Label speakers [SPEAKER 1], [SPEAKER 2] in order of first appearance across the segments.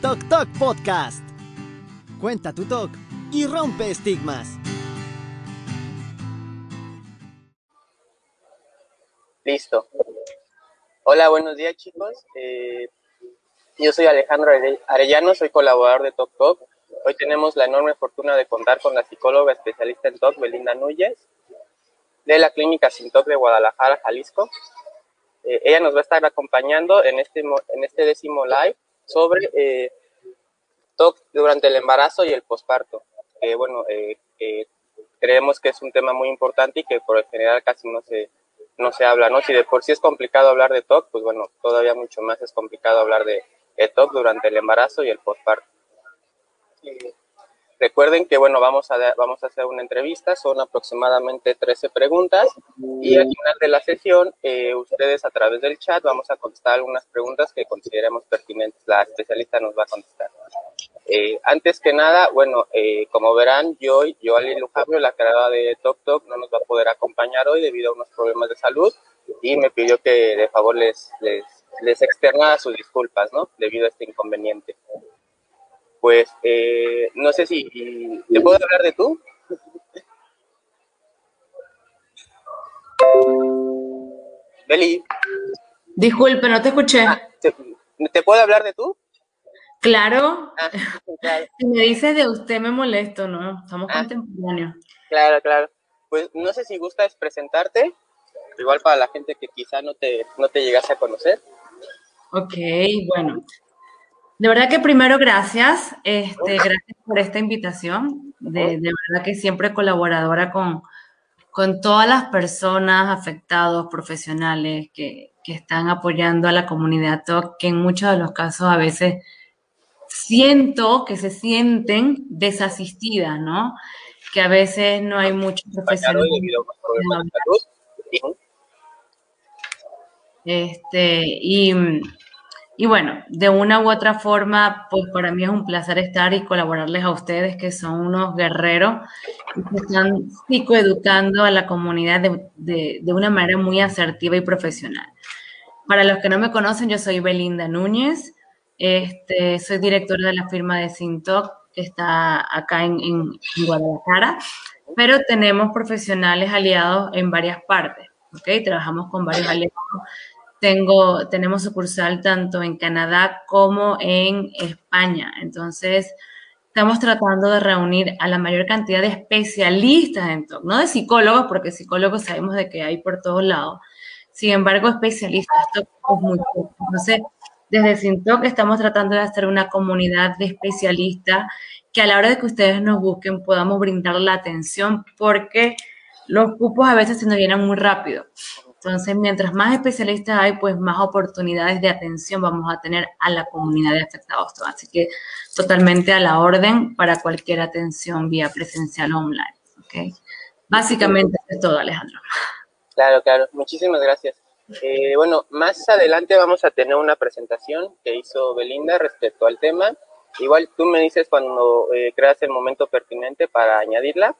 [SPEAKER 1] Tok Tok Podcast. Cuenta tu talk y rompe estigmas.
[SPEAKER 2] Listo. Hola, buenos días, chicos. Yo soy Alejandro Arellano, soy colaborador de Tok Tok. Hoy tenemos la enorme fortuna de contar con la psicóloga especialista en TOC, Belinda Núñez, de la Clínica Sin TOC de Guadalajara, Jalisco. Ella nos va a estar acompañando en este 10º live sobre TOC durante el embarazo y el posparto. Creemos que es un tema muy importante y que por el general casi no se habla, ¿no? Si de por sí es complicado hablar de TOC, pues bueno, todavía mucho más es complicado hablar de TOC durante el embarazo y el posparto. Recuerden que, bueno, vamos a hacer una entrevista, son aproximadamente 13 preguntas y al final de la sesión, ustedes a través del chat vamos a contestar algunas preguntas que consideremos pertinentes. La especialista nos va a contestar. Antes que nada, bueno, como verán, Yoali Lujambio, la creadora de Tok Tok, no nos va a poder acompañar hoy debido a unos problemas de salud y me pidió que de favor les externara sus disculpas, ¿no? Debido a este inconveniente. Pues, no sé si te puedo hablar de tú. Beli.
[SPEAKER 3] Disculpe, no te escuché.
[SPEAKER 2] ¿Te puedo hablar de tú?
[SPEAKER 3] Claro.
[SPEAKER 2] Claro.
[SPEAKER 3] Si me dices de usted me molesto, ¿no? Estamos contemporáneos.
[SPEAKER 2] Claro. Pues no sé si gustas presentarte, igual para la gente que quizá no te llegase a conocer.
[SPEAKER 3] Ok, bueno. De verdad que primero gracias. Gracias por esta invitación. De verdad que siempre colaboradora con todas las personas afectados, profesionales que están apoyando a la comunidad TOC, que en muchos de los casos a veces siento que se sienten desasistidas, ¿no? Que a veces no hay muchos profesionales. Y bueno, de una u otra forma, pues para mí es un placer estar y colaborarles a ustedes, que son unos guerreros y que están psicoeducando a la comunidad de una manera muy asertiva y profesional. Para los que no me conocen, yo soy Belinda Núñez, soy directora de la firma de Sin TOC, que está acá en Guadalajara, pero tenemos profesionales aliados en varias partes, ¿ok? Trabajamos con varios aliados. Tenemos sucursal tanto en Canadá como en España. Entonces, estamos tratando de reunir a la mayor cantidad de especialistas en TOC, no de psicólogos, porque psicólogos sabemos de que hay por todos lados. Sin embargo, especialistas, TOC es muy poco. Entonces, desde SINTOC estamos tratando de hacer una comunidad de especialistas que a la hora de que ustedes nos busquen podamos brindar la atención, porque los cupos a veces se nos llenan muy rápido. Entonces, mientras más especialistas hay, pues más oportunidades de atención vamos a tener a la comunidad de afectados. Así que totalmente a la orden para cualquier atención vía presencial o online. ¿Okay? Básicamente es todo, Alejandro.
[SPEAKER 2] Claro. Muchísimas gracias. Bueno, más adelante vamos a tener una presentación que hizo Belinda respecto al tema. Igual tú me dices cuando creas el momento pertinente para añadirla.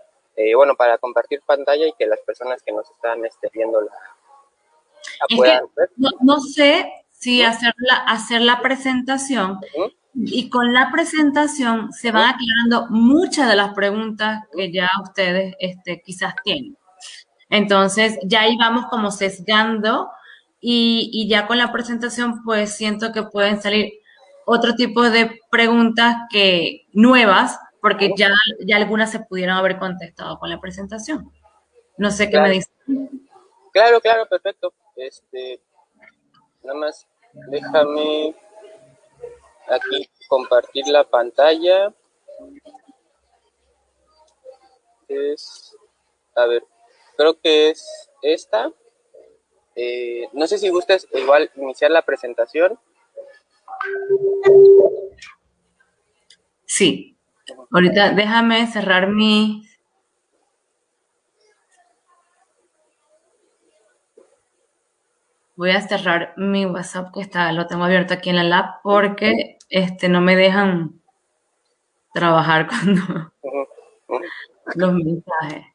[SPEAKER 2] Para compartir pantalla y que las personas que nos están viendo la puedan ver.
[SPEAKER 3] No sé si hacer la presentación y con la presentación se van aclarando muchas de las preguntas que ya ustedes quizás tienen. Entonces, ya ahí vamos como sesgando y ya con la presentación, pues siento que pueden salir otro tipo de preguntas nuevas, porque ya algunas se pudieron haber contestado con la presentación. No sé qué me dicen.
[SPEAKER 2] Claro, perfecto. Nada más déjame aquí compartir la pantalla. A ver, creo que es esta. No sé si gustas igual iniciar la presentación.
[SPEAKER 3] Sí. Ahorita déjame cerrar Voy a cerrar mi WhatsApp que lo tengo abierto aquí en la lab porque no me dejan trabajar cuando los mensajes.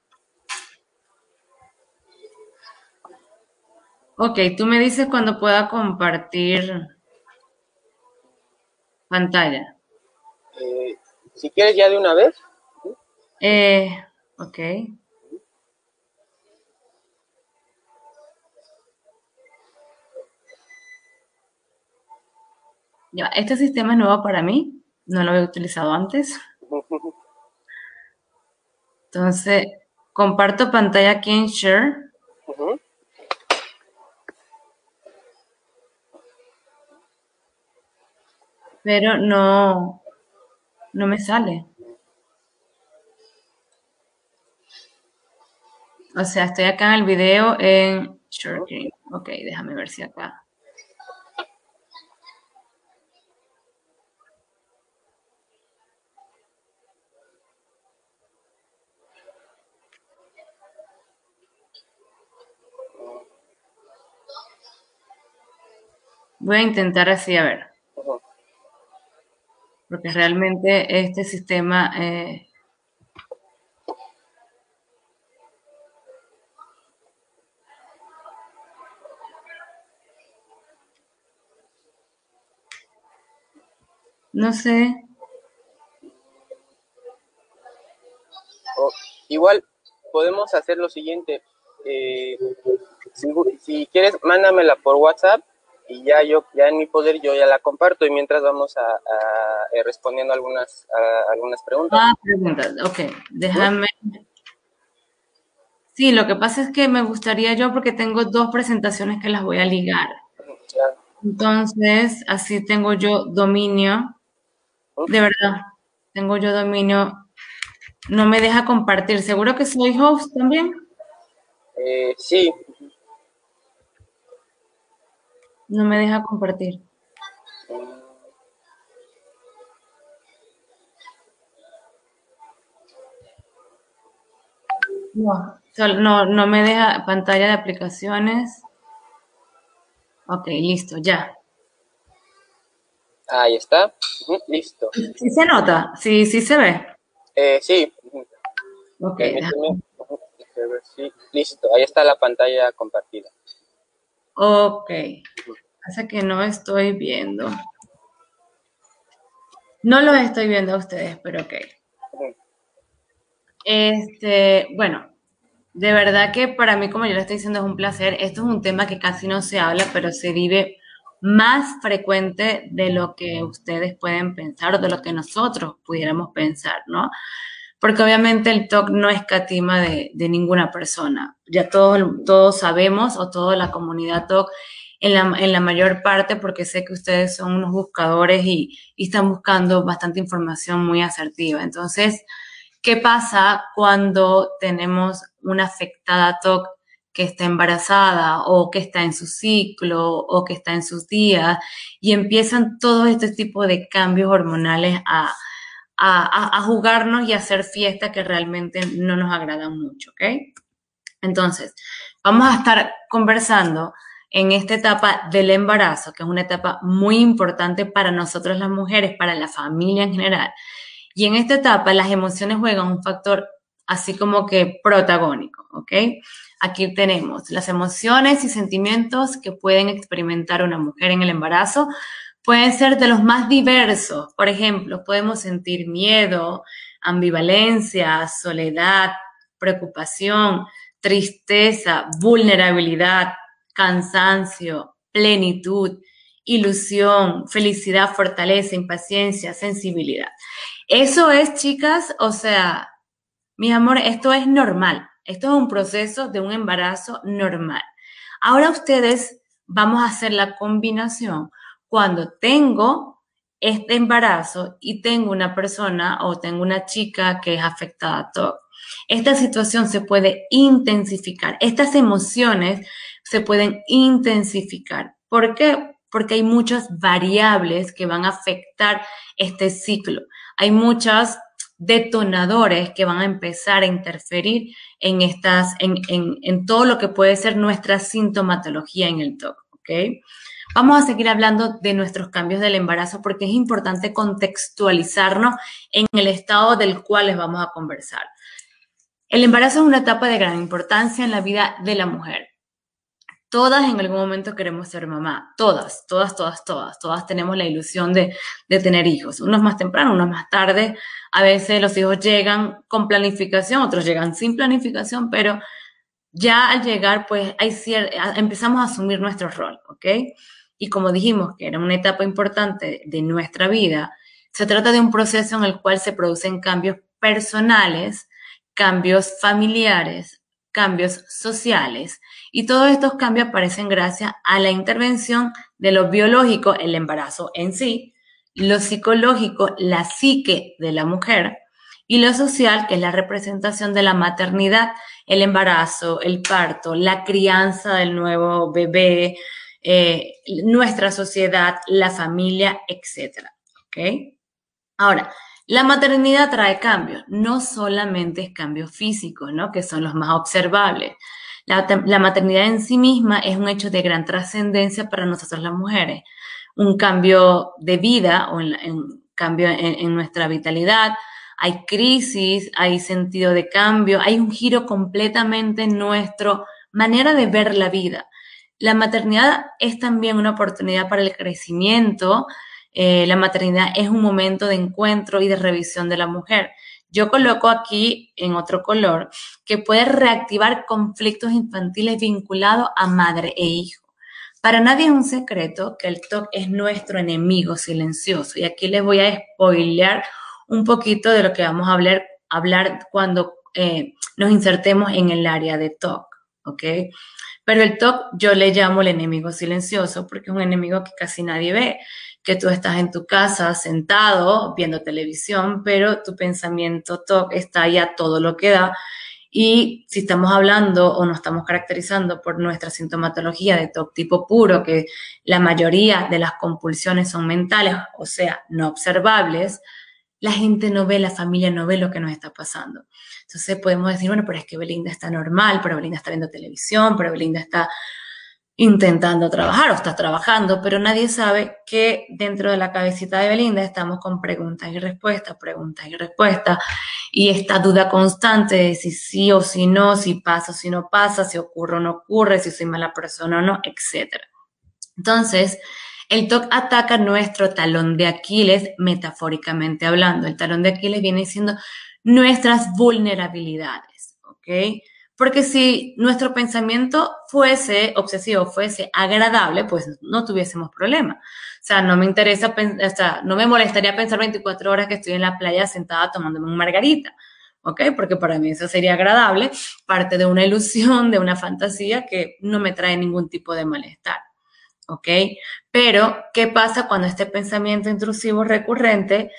[SPEAKER 3] Ok, tú me dices cuando pueda compartir. Pantalla.
[SPEAKER 2] Si quieres ya de una vez.
[SPEAKER 3] Ok. Ya, este sistema es nuevo para mí, no lo había utilizado antes. Entonces, comparto pantalla aquí en Share. Pero no me sale. O sea, estoy acá en el video en Share Screen. Ok, déjame ver si acá. Voy a intentar así, a ver. Porque realmente este sistema... no sé.
[SPEAKER 2] Igual podemos hacer lo siguiente. Si quieres, mándamela por WhatsApp y ya en mi poder yo ya la comparto y mientras vamos a respondiendo algunas preguntas.
[SPEAKER 3] Preguntas. Ok, déjame. Sí, lo que pasa es que me gustaría yo porque tengo 2 presentaciones que las voy a ligar.
[SPEAKER 2] Claro.
[SPEAKER 3] Entonces, así tengo yo dominio. De verdad, tengo yo dominio. No me deja compartir. ¿Seguro que soy host también?
[SPEAKER 2] Sí.
[SPEAKER 3] No me deja compartir. No me deja pantalla de aplicaciones. Ok, listo, ya.
[SPEAKER 2] Ahí está. Listo.
[SPEAKER 3] ¿Sí se nota? ¿Sí se ve?
[SPEAKER 2] Sí.
[SPEAKER 3] Ok,
[SPEAKER 2] Permíteme. Sí. Listo. Ahí está la pantalla compartida.
[SPEAKER 3] ok. Pasa que no estoy viendo. No los estoy viendo a ustedes, pero ok. Bueno, de verdad que para mí, como yo le estoy diciendo, es un placer. Esto es un tema que casi no se habla, pero se vive más frecuente de lo que ustedes pueden pensar o de lo que nosotros pudiéramos pensar, ¿no? Porque obviamente el TOC no escatima de ninguna persona. Ya todos sabemos, o toda la comunidad TOC, en la mayor parte, porque sé que ustedes son unos buscadores y están buscando bastante información muy asertiva. Entonces, ¿qué pasa cuando tenemos una afectada TOC que está embarazada o que está en su ciclo o que está en sus días y empiezan todos estos tipos de cambios hormonales a jugarnos y a hacer fiesta que realmente no nos agradan mucho, ¿ok? Entonces, vamos a estar conversando en esta etapa del embarazo, que es una etapa muy importante para nosotros las mujeres, para la familia en general. Y en esta etapa las emociones juegan un factor así como que protagónico, ¿ok? Aquí tenemos las emociones y sentimientos que pueden experimentar una mujer en el embarazo. Pueden ser de los más diversos. Por ejemplo, podemos sentir miedo, ambivalencia, soledad, preocupación, tristeza, vulnerabilidad, cansancio, plenitud, ilusión, felicidad, fortaleza, impaciencia, sensibilidad. Eso es, chicas, o sea, mis amores, esto es normal. Esto es un proceso de un embarazo normal. Ahora ustedes vamos a hacer la combinación cuando tengo este embarazo y tengo una persona o tengo una chica que es afectada a TOC. Esta situación se puede intensificar. Estas emociones se pueden intensificar. ¿Por qué? Porque hay muchas variables que van a afectar este ciclo. Hay muchos detonadores que van a empezar a interferir en todo lo que puede ser nuestra sintomatología en el TOC, ¿ok? Vamos a seguir hablando de nuestros cambios del embarazo porque es importante contextualizarnos en el estado del cual les vamos a conversar. El embarazo es una etapa de gran importancia en la vida de la mujer. Todas en algún momento queremos ser mamá, todas tenemos la ilusión de tener hijos, unos más temprano, unos más tarde. A veces los hijos llegan con planificación, otros llegan sin planificación, pero ya al llegar, pues empezamos a asumir nuestro rol, ¿ok? Y como dijimos que era una etapa importante de nuestra vida, se trata de un proceso en el cual se producen cambios personales, cambios familiares, cambios sociales, y todos estos cambios aparecen gracias a la intervención de lo biológico, el embarazo en sí, lo psicológico, la psique de la mujer, y lo social, que es la representación de la maternidad, el embarazo, el parto, la crianza del nuevo bebé, nuestra sociedad, la familia, etcétera. ¿Ok? Ahora, la maternidad trae cambios, no solamente es cambios físicos, ¿no? Que son los más observables. La maternidad en sí misma es un hecho de gran trascendencia para nosotras las mujeres. Un cambio de vida o un cambio en nuestra vitalidad. Hay crisis, hay sentido de cambio, hay un giro completamente en nuestra manera de ver la vida. La maternidad es también una oportunidad para el crecimiento. La maternidad es un momento de encuentro y de revisión de la mujer. Yo coloco aquí en otro color que puede reactivar conflictos infantiles vinculados a madre e hijo. Para nadie es un secreto que el TOC es nuestro enemigo silencioso, y aquí les voy a spoilear un poquito de lo que vamos a hablar cuando nos insertemos en el área de TOC, ¿ok? Pero el TOC yo le llamo el enemigo silencioso porque es un enemigo que casi nadie ve, que tú estás en tu casa sentado viendo televisión, pero tu pensamiento TOC está ahí a todo lo que da. Y si estamos hablando o nos estamos caracterizando por nuestra sintomatología de TOC tipo puro, que la mayoría de las compulsiones son mentales, o sea, no observables, la gente no ve, la familia no ve lo que nos está pasando. Entonces podemos decir, bueno, pero es que Belinda está normal, pero Belinda está viendo televisión, pero Belinda está intentando trabajar o está trabajando, pero nadie sabe que dentro de la cabecita de Belinda estamos con preguntas y respuestas, y esta duda constante de si sí o si no, si pasa o si no pasa, si ocurre o no ocurre, si soy mala persona o no, etc. Entonces, el TOC ataca nuestro talón de Aquiles, metafóricamente hablando. El talón de Aquiles viene siendo nuestras vulnerabilidades, ¿ok? Porque si nuestro pensamiento fuese obsesivo, fuese agradable, pues no tuviésemos problema. O sea, no me interesa, o sea, no me molestaría pensar 24 horas que estoy en la playa sentada tomándome un margarita, ¿ok? Porque para mí eso sería agradable, parte de una ilusión, de una fantasía que no me trae ningún tipo de malestar. ¿Ok? Pero, ¿qué pasa cuando este pensamiento intrusivo recurrente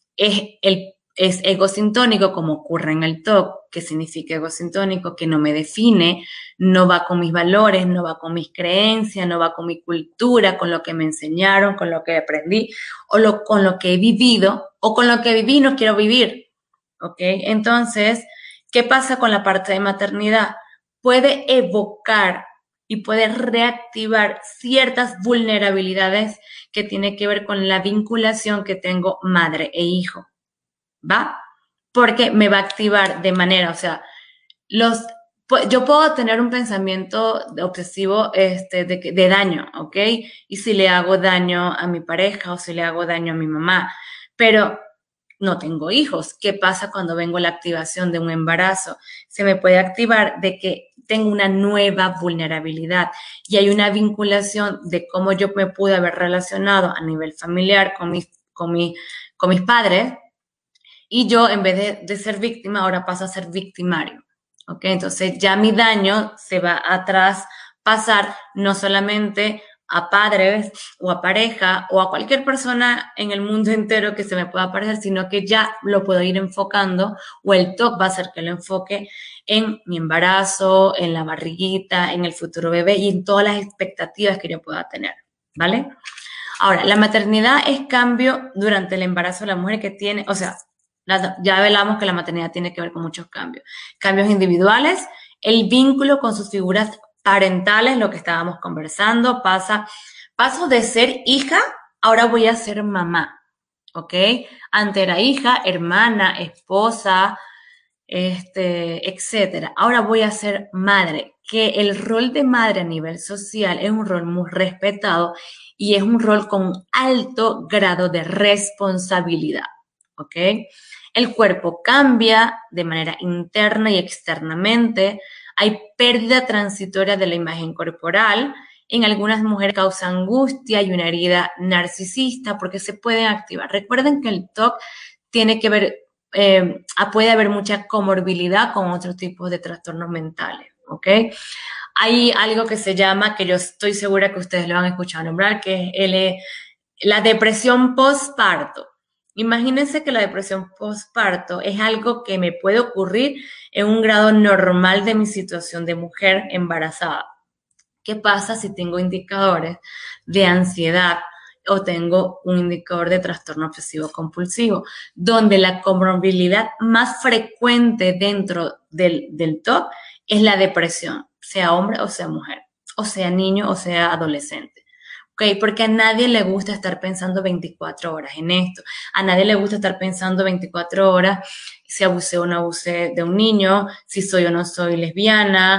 [SPEAKER 3] es egosintónico, como ocurre en el TOC? ¿Qué significa egosintónico? Que no me define, no va con mis valores, no va con mis creencias, no va con mi cultura, con lo que me enseñaron, con lo que aprendí, con lo que he vivido, o con lo que viví y no quiero vivir. ¿Ok? Entonces, ¿qué pasa con la parte de maternidad? Puede evocar y puede reactivar ciertas vulnerabilidades que tiene que ver con la vinculación que tengo madre e hijo, ¿va? Porque me va a activar de manera, o sea, yo puedo tener un pensamiento obsesivo de daño, ¿ok? Y si le hago daño a mi pareja o si le hago daño a mi mamá, pero no tengo hijos. ¿Qué pasa cuando vengo la activación de un embarazo? Se me puede activar de que tengo una nueva vulnerabilidad y hay una vinculación de cómo yo me pude haber relacionado a nivel familiar con mis padres, y yo, en vez de ser víctima, ahora paso a ser victimario. ¿Ok? Entonces ya mi daño se va a traspasar no solamente a padres o a pareja o a cualquier persona en el mundo entero que se me pueda parecer, sino que ya lo puedo ir enfocando, o el TOC va a hacer que lo enfoque en mi embarazo, en la barriguita, en el futuro bebé y en todas las expectativas que yo pueda tener, ¿vale? Ahora, la maternidad es cambio durante el embarazo de la mujer que tiene, o sea, ya hablamos que la maternidad tiene que ver con muchos cambios. Cambios individuales, el vínculo con sus figuras parentales, lo que estábamos conversando, paso de ser hija, ahora voy a ser mamá, ¿ok? Antes era hija, hermana, esposa, etcétera. Ahora voy a ser madre. que el rol de madre a nivel social es un rol muy respetado y es un rol con alto grado de responsabilidad, ¿ok? El cuerpo cambia de manera interna y externamente, hay pérdida transitoria de la imagen corporal, en algunas mujeres causa angustia y una herida narcisista porque se pueden activar. Recuerden que el TOC tiene que ver, puede haber mucha comorbilidad con otros tipos de trastornos mentales, ¿ok? Hay algo que se llama, que yo estoy segura que ustedes lo han escuchado nombrar, que es la depresión postparto. Imagínense que la depresión postparto es algo que me puede ocurrir en un grado normal de mi situación de mujer embarazada. ¿Qué pasa si tengo indicadores de ansiedad o tengo un indicador de trastorno obsesivo compulsivo, donde la comorbilidad más frecuente dentro del TOC es la depresión, sea hombre o sea mujer, o sea niño o sea adolescente? ¿Ok? Porque a nadie le gusta estar pensando 24 horas en esto. A nadie le gusta estar pensando 24 horas si abusé o no abusé de un niño, si soy o no soy lesbiana,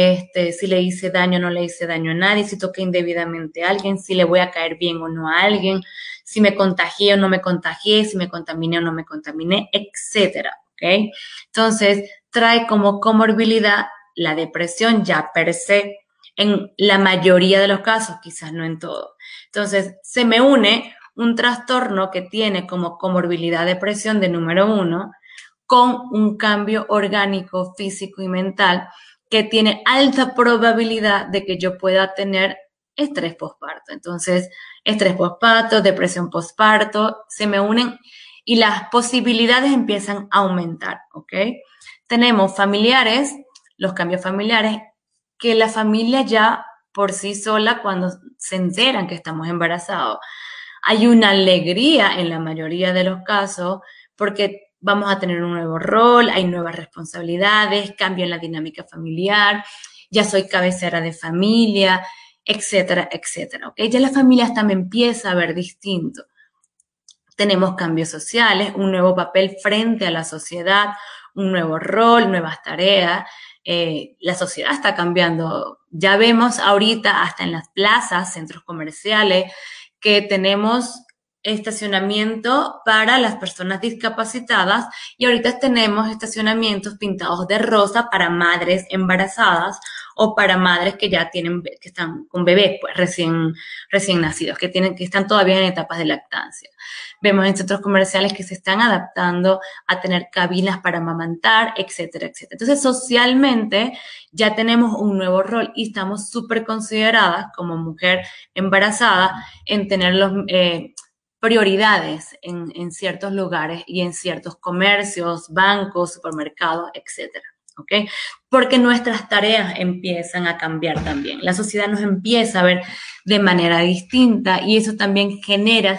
[SPEAKER 3] si le hice daño o no le hice daño a nadie, si toqué indebidamente a alguien, si le voy a caer bien o no a alguien, si me contagié o no me contagié, si me contaminé o no me contaminé, etcétera, ¿ok? Entonces, trae como comorbilidad la depresión ya per se, en la mayoría de los casos, quizás no en todo. Entonces, se me une un trastorno que tiene como comorbilidad depresión de número 1 con un cambio orgánico, físico y mental que tiene alta probabilidad de que yo pueda tener estrés postparto. Entonces, estrés postparto, depresión postparto, se me unen y las posibilidades empiezan a aumentar, ¿ok? Tenemos familiares, los cambios familiares, que la familia ya por sí sola, cuando se enteran que estamos embarazados, hay una alegría en la mayoría de los casos porque vamos a tener un nuevo rol, hay nuevas responsabilidades, cambio en la dinámica familiar, ya soy cabecera de familia, etcétera, etcétera. ¿Okay? Ya la familia hasta me empieza a ver distinto. Tenemos cambios sociales, un nuevo papel frente a la sociedad, un nuevo rol, nuevas tareas. La sociedad está cambiando. Ya vemos ahorita hasta en las plazas, centros comerciales, que tenemos estacionamiento para las personas discapacitadas y ahorita tenemos estacionamientos pintados de rosa para madres embarazadas o para madres que ya tienen, que están con bebés pues, recién nacidos, que están todavía en etapas de lactancia. Vemos en centros comerciales que se están adaptando a tener cabinas para amamantar, etcétera, etcétera. Entonces, socialmente ya tenemos un nuevo rol y estamos súper consideradas como mujer embarazada en tener los prioridades en ciertos lugares y en ciertos comercios, bancos, supermercados, etcétera. ¿Ok? Porque nuestras tareas empiezan a cambiar también. La sociedad nos empieza a ver de manera distinta y eso también genera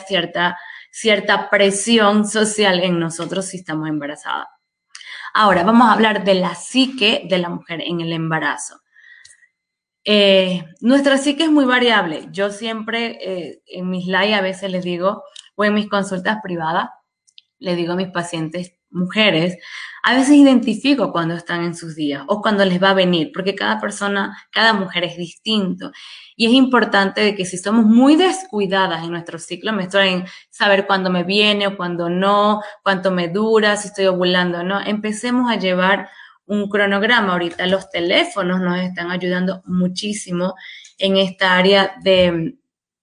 [SPEAKER 3] cierta presión social en nosotros si estamos embarazadas. Ahora, vamos a hablar de la psique de la mujer en el embarazo. Nuestra psique es muy variable. Yo siempre en mis lives a veces les digo, o en mis consultas privadas, les digo a mis pacientes mujeres, a veces identifico cuando están en sus días o cuando les va a venir, porque cada persona, cada mujer es distinto. Y es importante de que si somos muy descuidadas en nuestro ciclo menstrual, en saber cuándo me viene o cuándo no, cuánto me dura, si estoy ovulando o no, empecemos a llevar un cronograma. Ahorita los teléfonos nos están ayudando muchísimo en esta área de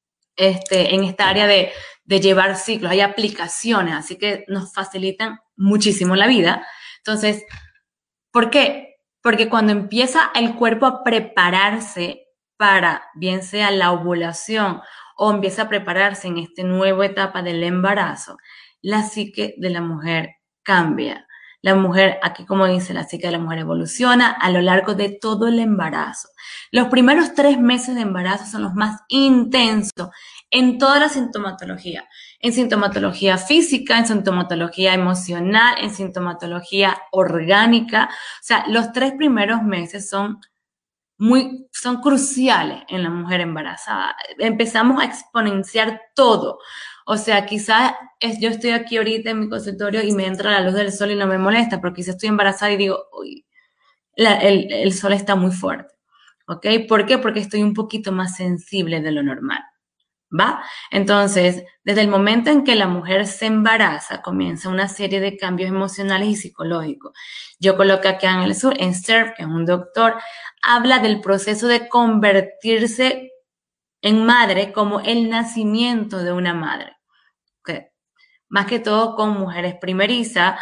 [SPEAKER 3] llevar ciclos. Hay aplicaciones, así que nos facilitan muchísimo la vida. Entonces, ¿por qué? Porque cuando empieza el cuerpo a prepararse para, bien sea la ovulación o empieza a prepararse en esta nueva etapa del embarazo, la psique de la mujer cambia. La mujer, aquí como dice, la psique de la mujer evoluciona a lo largo de todo el embarazo. Los primeros 3 meses de embarazo son los más intensos en toda la sintomatología. En sintomatología física, en sintomatología emocional, en sintomatología orgánica. O sea, los 3 primeros meses son cruciales en la mujer embarazada. Empezamos a exponenciar todo. O sea, quizás yo estoy aquí ahorita en mi consultorio y me entra la luz del sol y no me molesta, porque quizás estoy embarazada y digo, uy, el sol está muy fuerte. ¿ok? ¿Por qué? Porque estoy un poquito más sensible de lo normal, ¿va? Entonces, desde el momento en que la mujer se embaraza, comienza una serie de cambios emocionales y psicológicos. Yo coloqué aquí en el sur, en Sterb, que es un doctor, habla del proceso de convertirse en madre como el nacimiento de una madre. ¿Okay? Más que todo con mujeres primerizas,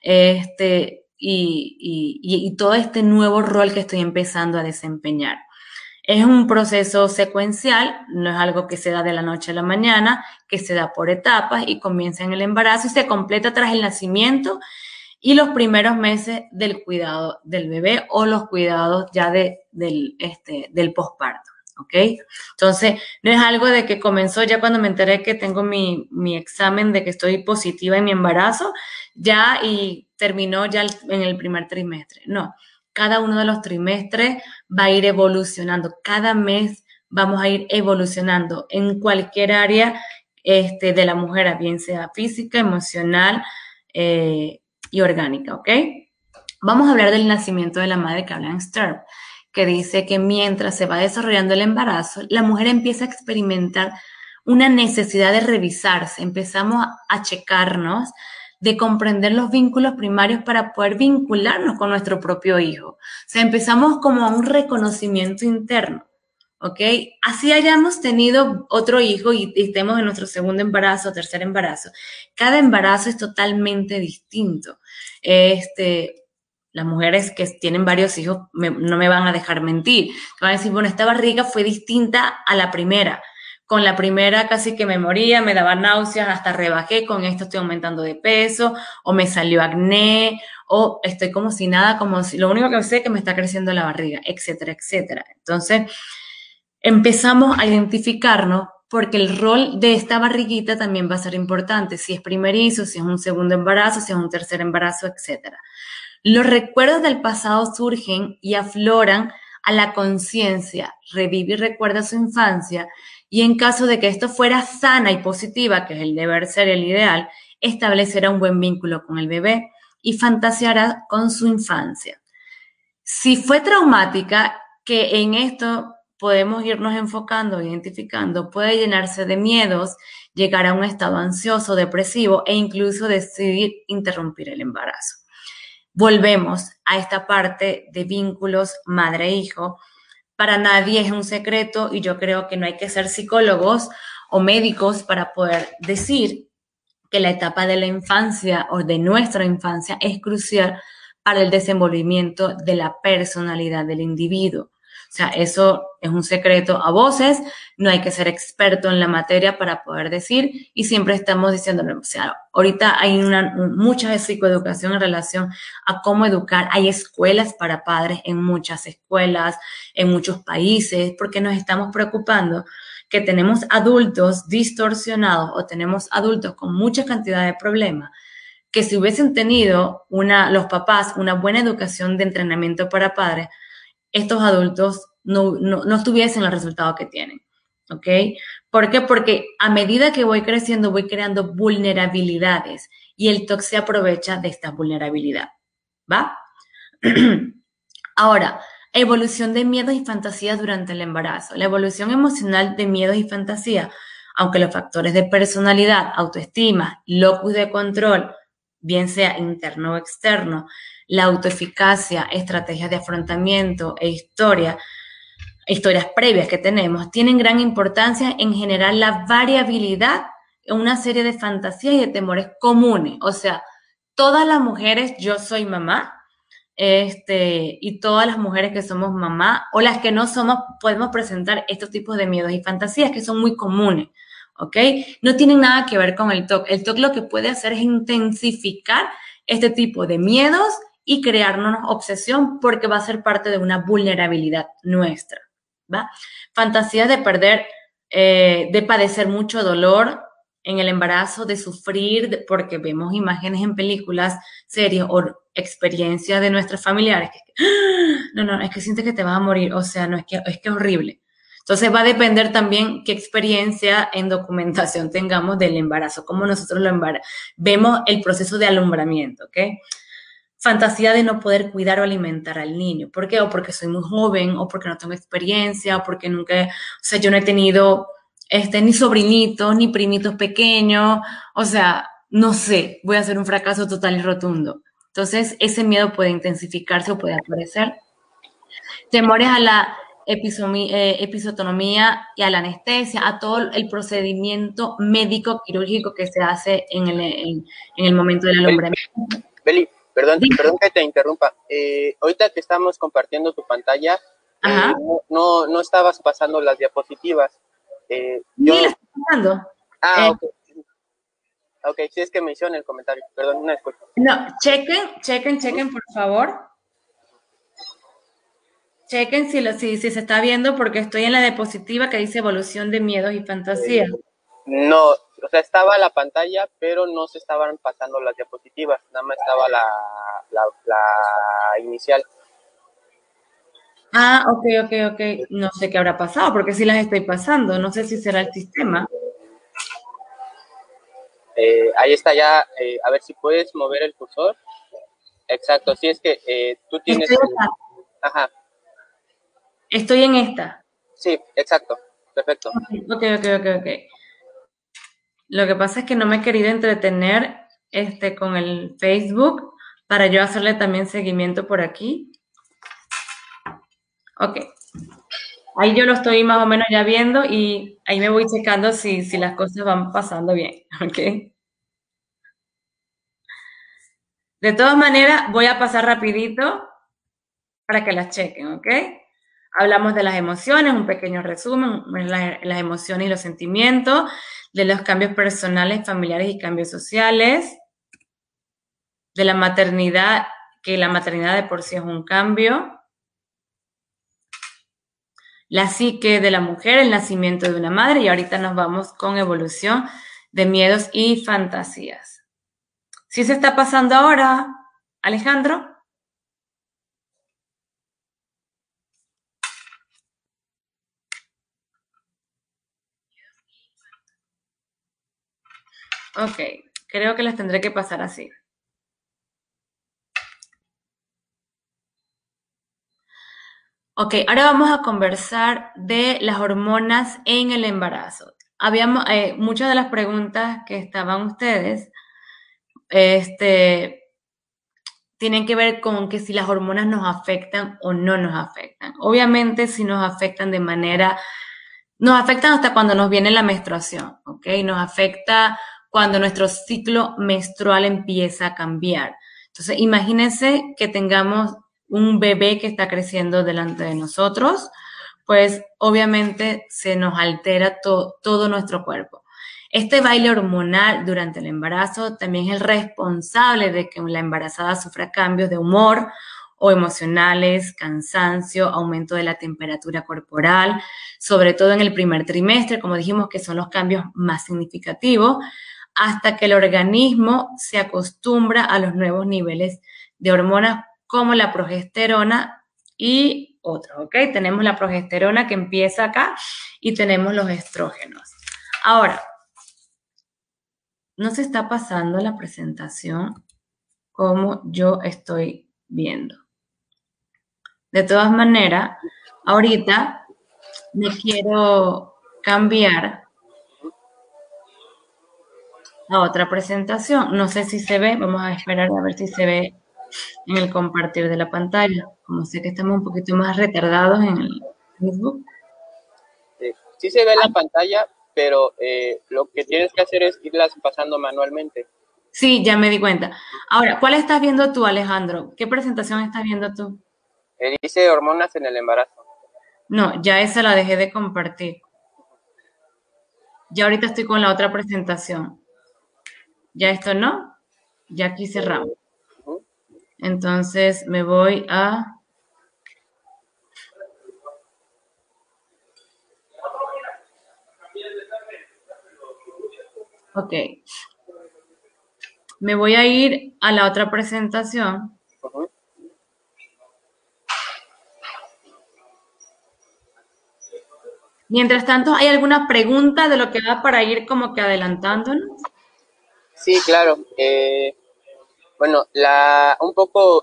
[SPEAKER 3] y todo este nuevo rol que estoy empezando a desempeñar. Es un proceso secuencial, no es algo que se da de la noche a la mañana, que se da por etapas y comienza en el embarazo y se completa tras el nacimiento y los primeros meses del cuidado del bebé o los cuidados ya del posparto. ¿Ok? Entonces, no es algo de que comenzó ya cuando me enteré que tengo mi examen de que estoy positiva en mi embarazo, ya y terminó ya en el primer trimestre. No, cada uno de los trimestres va a ir evolucionando. Cada mes vamos a ir evolucionando en cualquier área de la mujer, bien sea física, emocional y orgánica, ¿ok? Vamos a hablar del nacimiento de la madre que habla en Sterb, que dice que mientras se va desarrollando el embarazo, la mujer empieza a experimentar una necesidad de revisarse, empezamos a checarnos, de comprender los vínculos primarios para poder vincularnos con nuestro propio hijo. O sea, empezamos como a un reconocimiento interno, ¿ok? Así hayamos tenido otro hijo y estemos en nuestro segundo embarazo, tercer embarazo. Cada embarazo es totalmente distinto. Las mujeres que tienen varios hijos no me van a dejar mentir. Van a decir, bueno, esta barriga fue distinta a la primera. Con la primera casi que me moría, me daba náuseas, hasta rebajé, con esto estoy aumentando de peso, o me salió acné, o estoy como si nada, como si lo único que sé es que me está creciendo la barriga, etcétera, etcétera. Entonces, empezamos a identificarnos porque el rol de esta barriguita también va a ser importante, si es primerizo, si es un segundo embarazo, si es un tercer embarazo, etcétera. Los recuerdos del pasado surgen y afloran a la conciencia, revive y recuerda su infancia, y en caso de que esto fuera sana y positiva, que es el deber ser el ideal, establecerá un buen vínculo con el bebé y fantaseará con su infancia. Si fue traumática, que en esto podemos irnos enfocando, identificando, puede llenarse de miedos, llegar a un estado ansioso, depresivo e incluso decidir interrumpir el embarazo. Volvemos a esta parte de vínculos madre-hijo. Para nadie es un secreto y yo creo que no hay que ser psicólogos o médicos para poder decir que la etapa de la infancia o de nuestra infancia es crucial para el desenvolvimiento de la personalidad del individuo. O sea, eso es un secreto a voces, no hay que ser experto en la materia para poder decir, y siempre estamos diciéndolo. O sea, ahorita hay mucha psicoeducación en relación a cómo educar. Hay escuelas para padres en muchas escuelas, en muchos países, porque nos estamos preocupando que tenemos adultos distorsionados o tenemos adultos con mucha cantidad de problemas, que si hubiesen tenido los papás una buena educación de entrenamiento para padres, estos adultos no tuviesen los resultados que tienen, ¿ok? ¿Por qué? Porque a medida que voy creciendo, voy creando vulnerabilidades y el TOC se aprovecha de esta vulnerabilidad, ¿va? Ahora, evolución de miedos y fantasías durante el embarazo. La evolución emocional de miedos y fantasías, aunque los factores de personalidad, autoestima, locus de control, bien sea interno o externo, la autoeficacia, estrategias de afrontamiento e historias previas que tenemos, tienen gran importancia en generar la variabilidad en una serie de fantasías y de temores comunes. O sea, todas las mujeres, yo soy mamá, y todas las mujeres que somos mamá o las que no somos, podemos presentar estos tipos de miedos y fantasías que son muy comunes, ¿ok? No tienen nada que ver con el TOC. El TOC lo que puede hacer es intensificar este tipo de miedos y crearnos obsesión porque va a ser parte de una vulnerabilidad nuestra, ¿va? Fantasías de perder, de padecer mucho dolor en el embarazo, de sufrir, porque vemos imágenes en películas, series o experiencias de nuestros familiares. No, es que sientes que te vas a morir, o sea, no, es que es horrible. Entonces va a depender también qué experiencia en documentación tengamos del embarazo, cómo nosotros vemos el proceso de alumbramiento, ¿ok? fantasía de no poder cuidar o alimentar al niño. ¿Por qué? O porque soy muy joven, o porque no tengo experiencia, o porque nunca, o sea, yo no he tenido ni sobrinitos, ni primitos pequeños, o sea, no sé, voy a hacer un fracaso total y rotundo. Entonces, ese miedo puede intensificarse o puede aparecer. Temores a la episotomía y a la anestesia, a todo el procedimiento médico quirúrgico que se hace en el momento del alumbramiento.
[SPEAKER 2] Beli, perdón que te interrumpa. Ahorita que estamos compartiendo tu pantalla, no estabas pasando las diapositivas.
[SPEAKER 3] Sí, las estoy pasando.
[SPEAKER 2] Ok. Ok, sí, es que me hicieron el comentario. Perdón, una disculpa.
[SPEAKER 3] No, chequen, por favor. Chequen si se está viendo, porque estoy en la diapositiva que dice evolución de miedos y fantasías.
[SPEAKER 2] No, o sea, estaba la pantalla, pero no se estaban pasando las diapositivas, nada más estaba la inicial.
[SPEAKER 3] Ah, ok. No sé qué habrá pasado, porque sí las estoy pasando. No sé si será el sistema.
[SPEAKER 2] Ahí está ya, a ver si puedes mover el cursor. Exacto, sí, es que tú tienes... Ajá.
[SPEAKER 3] Estoy en esta.
[SPEAKER 2] Sí, exacto, perfecto.
[SPEAKER 3] Ok. Lo que pasa es que no me he querido entretener con el Facebook para yo hacerle también seguimiento por aquí. Ok. Ahí yo lo estoy más o menos ya viendo y ahí me voy checando si las cosas van pasando bien. Ok. De todas maneras, voy a pasar rapidito para que las chequen, ¿ok? Hablamos de las emociones, un pequeño resumen, las emociones y los sentimientos, de los cambios personales, familiares y cambios sociales, de la maternidad, que la maternidad de por sí es un cambio, la psique de la mujer, el nacimiento de una madre, y ahorita nos vamos con evolución de miedos y fantasías. ¿Sí se está pasando ahora, Alejandro? Ok, creo que las tendré que pasar así. Ok, ahora vamos a conversar de las hormonas en el embarazo. Muchas de las preguntas que estaban ustedes, tienen que ver con que si las hormonas nos afectan o no nos afectan. Obviamente, si nos afectan nos afectan hasta cuando nos viene la menstruación, ¿ok? Nos afecta cuando nuestro ciclo menstrual empieza a cambiar. Entonces, imagínense que tengamos un bebé que está creciendo delante de nosotros, pues obviamente se nos altera todo nuestro cuerpo. Este baile hormonal durante el embarazo también es el responsable de que la embarazada sufra cambios de humor o emocionales, cansancio, aumento de la temperatura corporal, sobre todo en el primer trimestre, como dijimos, que son los cambios más significativos, hasta que el organismo se acostumbra a los nuevos niveles de hormonas como la progesterona y otros, ¿ok? Tenemos la progesterona que empieza acá y tenemos los estrógenos. Ahora, no se está pasando la presentación como yo estoy viendo. De todas maneras, ahorita me quiero cambiar a otra presentación. No sé si se ve, vamos a esperar a ver si se ve en el compartir de la pantalla. Como sé que estamos un poquito más retardados en el Facebook.
[SPEAKER 2] Sí se ve la pantalla, pero lo que tienes que hacer es irlas pasando manualmente.
[SPEAKER 3] Sí, ya me di cuenta. Ahora, ¿cuál estás viendo tú, Alejandro? ¿Qué presentación estás viendo tú?
[SPEAKER 2] Dice hormonas en el embarazo.
[SPEAKER 3] No, ya esa la dejé de compartir. Ya ahorita estoy con la otra presentación. Ya esto no, ya aquí cerramos. Entonces me voy a... Ok. Me voy a ir a la otra presentación. Mientras tanto, ¿hay alguna pregunta de lo que va para ir como que adelantándonos?
[SPEAKER 2] Sí, claro. Bueno, un poco,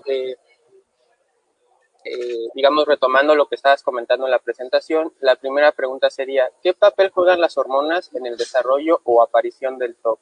[SPEAKER 2] digamos, retomando lo que estabas comentando en la presentación, la primera pregunta sería, ¿qué papel juegan las hormonas en el desarrollo o aparición del TOC?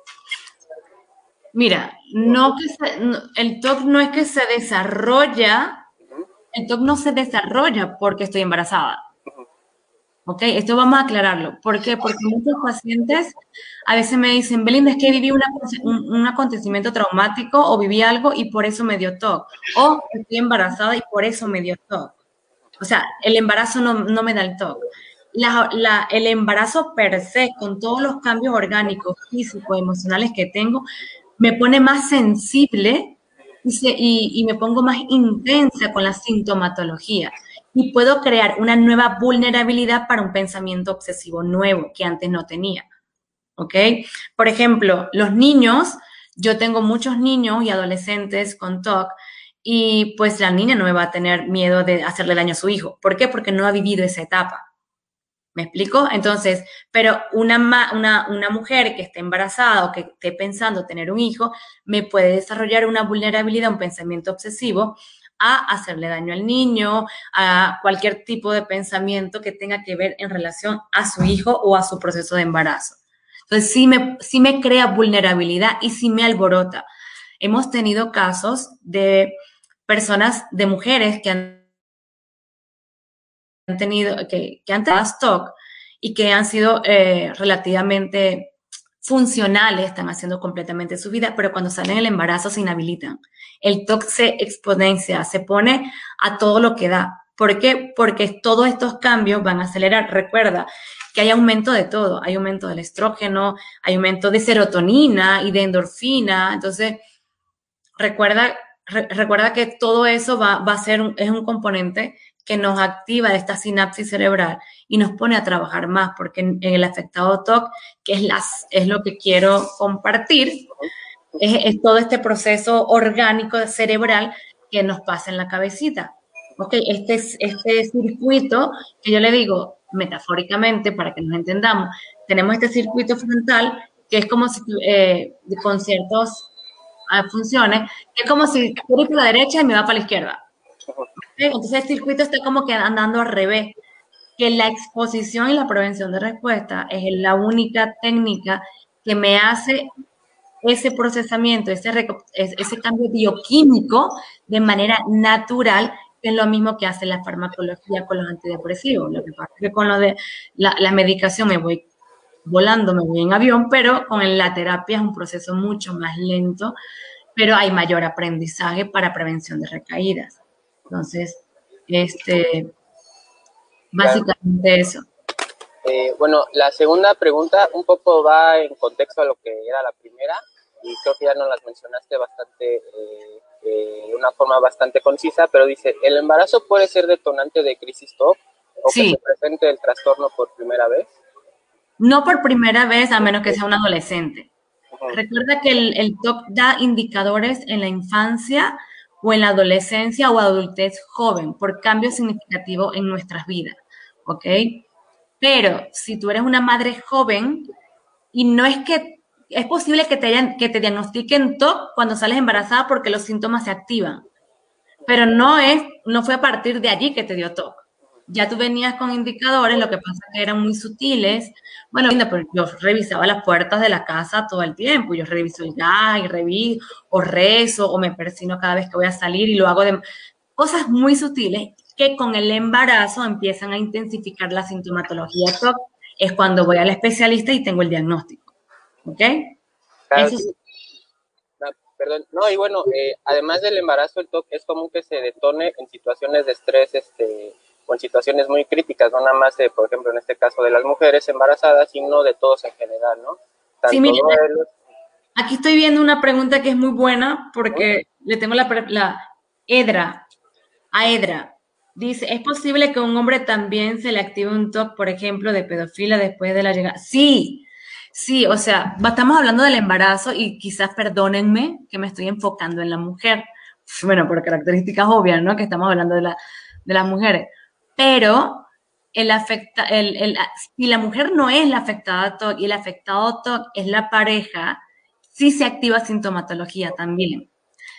[SPEAKER 3] Mira, el TOC no es que se desarrolla, el TOC no se desarrolla porque estoy embarazada. ¿Ok? Esto vamos a aclararlo. ¿Por qué? Porque muchos pacientes a veces me dicen, Belinda, es que viví un acontecimiento traumático o viví algo y por eso me dio TOC. O estoy embarazada y por eso me dio TOC. O sea, el embarazo no me da el TOC. El embarazo per se, con todos los cambios orgánicos, físicos, emocionales que tengo, me pone más sensible y me pongo más intensa con la sintomatología. Y puedo crear una nueva vulnerabilidad para un pensamiento obsesivo nuevo que antes no tenía. ¿Ok? Por ejemplo, los niños, yo tengo muchos niños y adolescentes con TOC y pues la niña no me va a tener miedo de hacerle daño a su hijo. ¿Por qué? Porque no ha vivido esa etapa. ¿Me explico? Entonces, pero una mujer que esté embarazada o que esté pensando tener un hijo, me puede desarrollar una vulnerabilidad, un pensamiento obsesivo a hacerle daño al niño, a cualquier tipo de pensamiento que tenga que ver en relación a su hijo o a su proceso de embarazo. Entonces, sí me crea vulnerabilidad y sí me alborota. Hemos tenido casos de personas, de mujeres que han tenido, que han tenido stock y que han sido relativamente funcionales, están haciendo completamente su vida, pero cuando salen del embarazo se inhabilitan. El TOC se exponencia, se pone a todo lo que da. ¿Por qué? Porque todos estos cambios van a acelerar. Recuerda que hay aumento de todo. Hay aumento del estrógeno, hay aumento de serotonina y de endorfina. Entonces, recuerda que todo eso va a ser es un componente que nos activa de esta sinapsis cerebral y nos pone a trabajar más, porque en el afectado TOC, que es lo que quiero compartir, es todo este proceso orgánico cerebral que nos pasa en la cabecita. Ok, este circuito que yo le digo metafóricamente para que nos entendamos, tenemos este circuito frontal que es como si con ciertos funciones, que es como si voy para la derecha y me va para la izquierda. Entonces el circuito está como que andando al revés, que la exposición y la prevención de respuesta es la única técnica que me hace ese procesamiento, ese cambio bioquímico de manera natural, que es lo mismo que hace la farmacología con los antidepresivos. Lo que pasa es que con lo de la medicación me voy volando, me voy en avión, pero con la terapia es un proceso mucho más lento, pero hay mayor aprendizaje para prevención de recaídas. Entonces, básicamente eso.
[SPEAKER 2] Bueno, la segunda pregunta un poco va en contexto a lo que era la primera y creo que ya nos las mencionaste bastante, de una forma bastante concisa, pero dice, ¿el embarazo puede ser detonante de crisis TOC o
[SPEAKER 3] sí.
[SPEAKER 2] que se presente el trastorno por primera vez?
[SPEAKER 3] No por primera vez, a menos que sea un adolescente. Recuerda que el TOC da indicadores en la infancia o en la adolescencia o adultez joven por cambios significativos en nuestras vidas, ¿ok? Pero si tú eres una madre joven y no es que es posible que te diagnostiquen TOC cuando sales embarazada porque los síntomas se activan, pero no fue a partir de allí que te dio TOC. Ya tú venías con indicadores, lo que pasa es que eran muy sutiles. Bueno, pues yo revisaba las puertas de la casa todo el tiempo. Yo reviso el gas y reviso, o rezo, o me persino cada vez que voy a salir y lo hago de cosas muy sutiles que con el embarazo empiezan a intensificar la sintomatología TOC. Es cuando voy al especialista y tengo el diagnóstico. ¿Ok?
[SPEAKER 2] Claro,
[SPEAKER 3] Eso
[SPEAKER 2] sí. Perdón, no, y bueno, además del embarazo, el TOC es común que se detone en situaciones de estrés, o en situaciones muy críticas, no nada más, por ejemplo, en este caso de las mujeres embarazadas, sino de todos en general, ¿no? Tanto
[SPEAKER 3] sí, mira,
[SPEAKER 2] duelos.
[SPEAKER 3] aquí estoy viendo una pregunta que es muy buena porque le tengo la Edra. Dice, ¿es posible que a un hombre también se le active un TOC, por ejemplo, de pedofilia después de la llegada? Sí, sí, o sea, estamos hablando del embarazo y quizás perdónenme que me estoy enfocando en la mujer. Bueno, por características obvias, ¿no? Que estamos hablando de las mujeres. Pero si la mujer no es la afectada TOC y el afectado TOC es la pareja, sí se activa sintomatología también.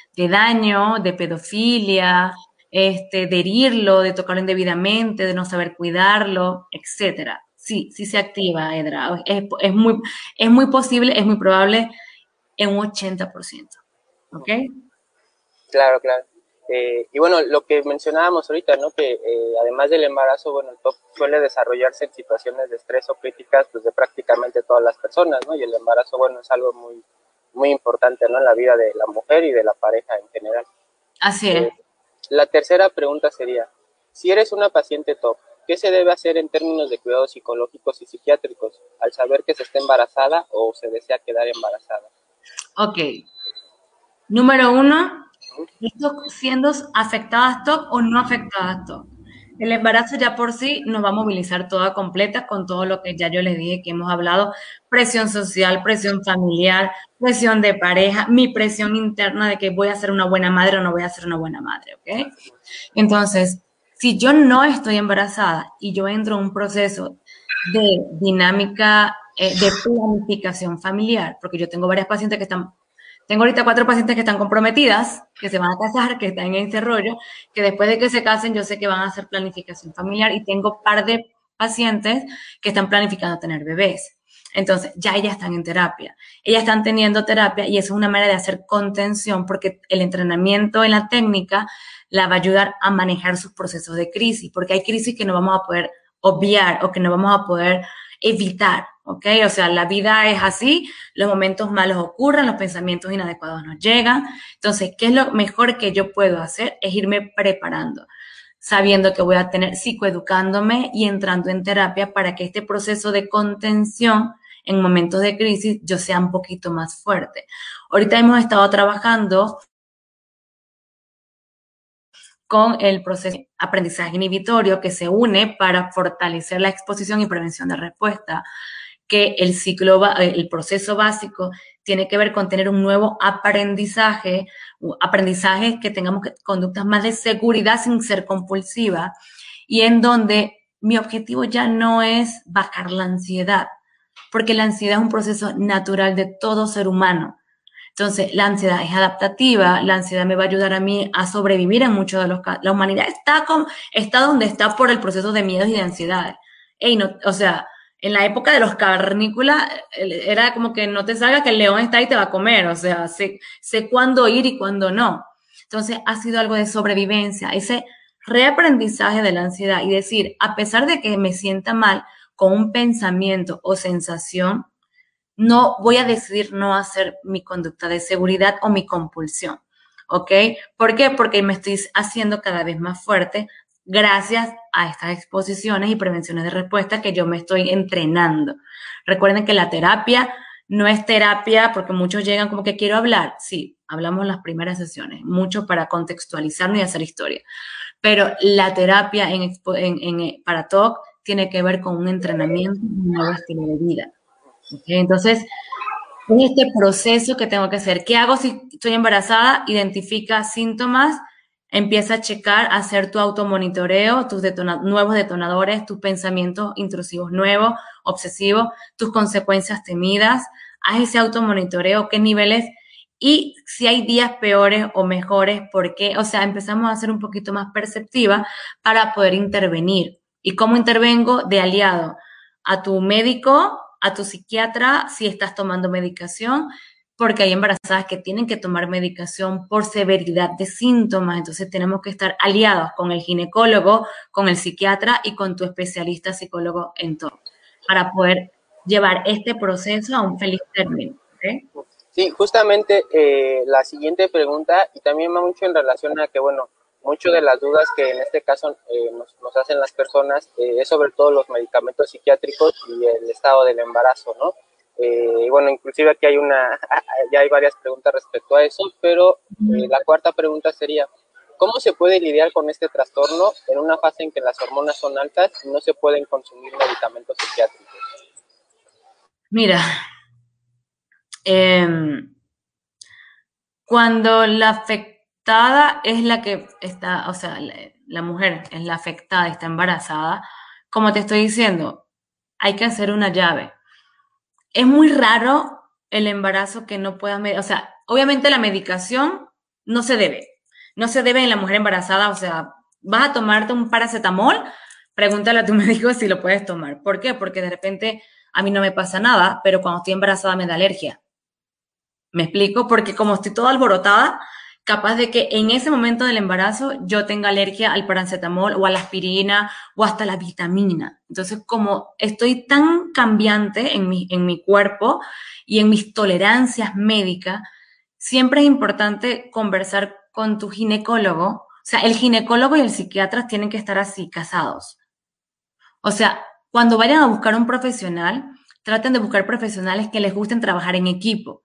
[SPEAKER 3] daño, de pedofilia, de herirlo, de tocarlo indebidamente, de no saber cuidarlo, etcétera. Sí, sí se activa, Edra. Es muy posible, es muy probable en un 80%. ¿Ok?
[SPEAKER 2] Claro, claro. Y bueno, lo que mencionábamos ahorita, ¿no? Que además del embarazo, bueno, el TOC suele desarrollarse en situaciones de estrés o críticas, pues de prácticamente todas las personas, ¿no? Y el embarazo, bueno, es algo muy, muy importante, ¿no? En la vida de la mujer y de la pareja en general.
[SPEAKER 3] Así es.
[SPEAKER 2] La tercera pregunta sería, si eres una paciente TOC, ¿qué se debe hacer en términos de cuidados psicológicos y psiquiátricos al saber que se está embarazada o se desea quedar embarazada?
[SPEAKER 3] Ok. Número 1, esto siendo afectadas TOC o no afectadas TOC. El embarazo ya por sí nos va a movilizar toda completa con todo lo que ya yo les dije que hemos hablado, presión social, presión familiar, presión de pareja, mi presión interna de que voy a ser una buena madre o no voy a ser una buena madre, ¿ok? Entonces, si yo no estoy embarazada y yo entro en un proceso de dinámica, de planificación familiar, porque yo tengo varias pacientes que están, tengo ahorita 4 pacientes que están comprometidas, que se van a casar, que están en ese rollo, que después de que se casen yo sé que van a hacer planificación familiar y tengo un par de pacientes que están planificando tener bebés. Entonces, ya ellas están en terapia. Ellas están teniendo terapia y eso es una manera de hacer contención porque el entrenamiento en la técnica la va a ayudar a manejar sus procesos de crisis, porque hay crisis que no vamos a poder obviar o que no vamos a poder evitar, ¿ok? O sea, la vida es así, los momentos malos ocurren, los pensamientos inadecuados nos llegan. Entonces, ¿qué es lo mejor que yo puedo hacer? Es irme preparando, sabiendo que voy a tener psicoeducándome y entrando en terapia para que este proceso de contención en momentos de crisis yo sea un poquito más fuerte. Ahorita hemos estado trabajando con el proceso de aprendizaje inhibitorio que se une para fortalecer la exposición y prevención de respuesta, que el proceso básico tiene que ver con tener un nuevo aprendizaje que tengamos conductas más de seguridad sin ser compulsiva y en donde mi objetivo ya no es bajar la ansiedad, porque la ansiedad es un proceso natural de todo ser humano. Entonces, la ansiedad es adaptativa, la ansiedad me va a ayudar a mí a sobrevivir en muchos de los casos. La humanidad está donde está por el proceso de miedos y de ansiedades. O sea, en la época de los cavernícolas era como que no te salga que el león está ahí y te va a comer, o sea, sé cuándo ir y cuándo no. Entonces, ha sido algo de sobrevivencia, ese reaprendizaje de la ansiedad y decir, a pesar de que me sienta mal con un pensamiento o sensación, no voy a decidir no hacer mi conducta de seguridad o mi compulsión, ¿ok? ¿Por qué? Porque me estoy haciendo cada vez más fuerte gracias a estas exposiciones y prevenciones de respuesta que yo me estoy entrenando. Recuerden que la terapia no es terapia porque muchos llegan como que quiero hablar. Sí, hablamos en las primeras sesiones, mucho para contextualizarnos y hacer historia. Pero la terapia para TOC tiene que ver con un entrenamiento y un nuevo estilo de vida. ¿Okay? Entonces, es este proceso que tengo que hacer. ¿Qué hago si estoy embarazada? Identifica síntomas, empieza a checar, a hacer tu automonitoreo, tus nuevos detonadores, tus pensamientos intrusivos nuevos, obsesivos, tus consecuencias temidas. Haz ese automonitoreo, qué niveles y si hay días peores o mejores, ¿por qué? O sea, empezamos a ser un poquito más perceptiva para poder intervenir. ¿Y cómo intervengo? De aliado a tu médico, a tu psiquiatra, si estás tomando medicación, porque hay embarazadas que tienen que tomar medicación por severidad de síntomas, entonces tenemos que estar aliados con el ginecólogo, con el psiquiatra y con tu especialista psicólogo en todo, para poder llevar este proceso a un feliz término. ¿Okay?
[SPEAKER 2] Sí, justamente la siguiente pregunta, y también va mucho en relación a que, bueno, muchas de las dudas que en este caso nos hacen las personas es sobre todo los medicamentos psiquiátricos y el estado del embarazo, ¿no? Y bueno, inclusive aquí ya hay varias preguntas respecto a eso, pero la cuarta pregunta sería, ¿cómo se puede lidiar con este trastorno en una fase en que las hormonas son altas y no se pueden consumir medicamentos psiquiátricos?
[SPEAKER 3] Mira, cuando la afectada es la que está, o sea, la mujer es la afectada, está embarazada, como te estoy diciendo, hay que hacer una llave. Es muy raro el embarazo que no pueda, o sea, obviamente la medicación no se debe. No se debe en la mujer embarazada, o sea, vas a tomarte un paracetamol, pregúntale a tu médico si lo puedes tomar. ¿Por qué? Porque de repente a mí no me pasa nada, pero cuando estoy embarazada me da alergia. ¿Me explico? Porque como estoy toda alborotada, capaz de que en ese momento del embarazo yo tenga alergia al paracetamol o a la aspirina o hasta la vitamina. Entonces, como estoy tan cambiante en mi cuerpo y en mis tolerancias médicas, siempre es importante conversar con tu ginecólogo. O sea, el ginecólogo y el psiquiatra tienen que estar así, casados. O sea, cuando vayan a buscar un profesional, traten de buscar profesionales que les gusten trabajar en equipo.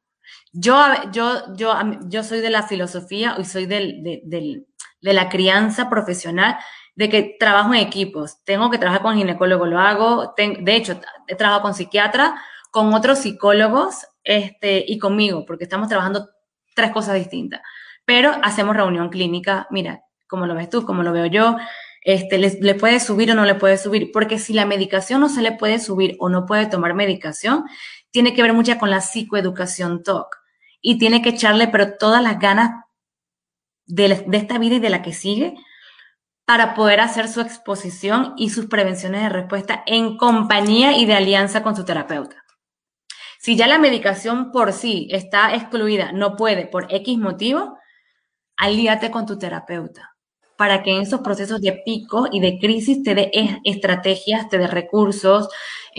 [SPEAKER 3] Yo soy de la filosofía y soy de la crianza profesional de que trabajo en equipos. Tengo que trabajar con ginecólogo, lo hago. De hecho, he trabajado con psiquiatra, con otros psicólogos y conmigo, porque estamos trabajando 3 cosas distintas. Pero hacemos reunión clínica, mira, como lo ves tú, como lo veo yo, le puede subir o no le puede subir, porque si la medicación no se le puede subir o no puede tomar medicación, tiene que ver mucho con la psicoeducación TOC y tiene que echarle pero todas las ganas de esta vida y de la que sigue para poder hacer su exposición y sus prevenciones de respuesta en compañía y de alianza con su terapeuta. Si ya la medicación por sí está excluida, no puede por X motivo, alíate con tu terapeuta para que en esos procesos de pico y de crisis te dé estrategias, te dé recursos,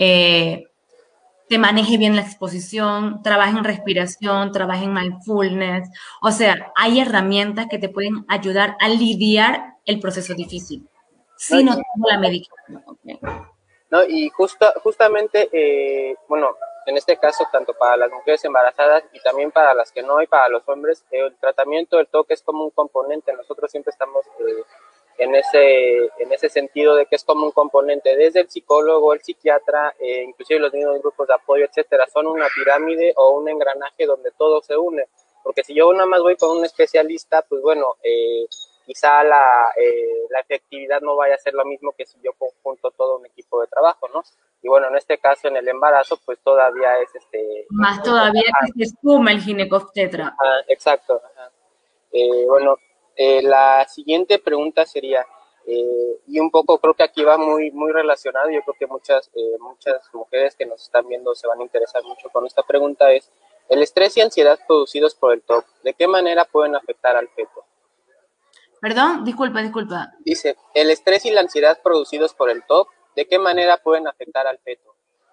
[SPEAKER 3] te maneje bien la exposición, trabaje en respiración, trabaje en mindfulness. O sea, hay herramientas que te pueden ayudar a lidiar el proceso difícil.
[SPEAKER 2] ¿No?
[SPEAKER 3] Si no tengo la medicación. Okay.
[SPEAKER 2] ¿No? Y justamente, bueno, en este caso, tanto para las mujeres embarazadas y también para las que no y para los hombres, el tratamiento del TOC es como un componente. Nosotros siempre estamos en ese sentido de que es como un componente. Desde el psicólogo, el psiquiatra, inclusive los mismos grupos de apoyo, etcétera, son una pirámide o un engranaje donde todo se une. Porque si yo nada más voy con un especialista, pues bueno, quizá la efectividad no vaya a ser lo mismo que si yo conjunto todo un equipo de trabajo, ¿no? Y bueno, en este caso, en el embarazo, pues todavía es
[SPEAKER 3] Más todavía que se suma el ginecobstetra.
[SPEAKER 2] Exacto. Bueno, la siguiente pregunta sería, y un poco creo que aquí va muy, muy relacionado, yo creo que muchas mujeres que nos están viendo se van a interesar mucho con esta pregunta, es, el estrés y ansiedad producidos por el TOC, ¿de qué manera pueden afectar al feto?
[SPEAKER 3] Perdón, disculpa.
[SPEAKER 2] Dice, el estrés y la ansiedad producidos por el TOC, ¿de qué manera pueden afectar al feto?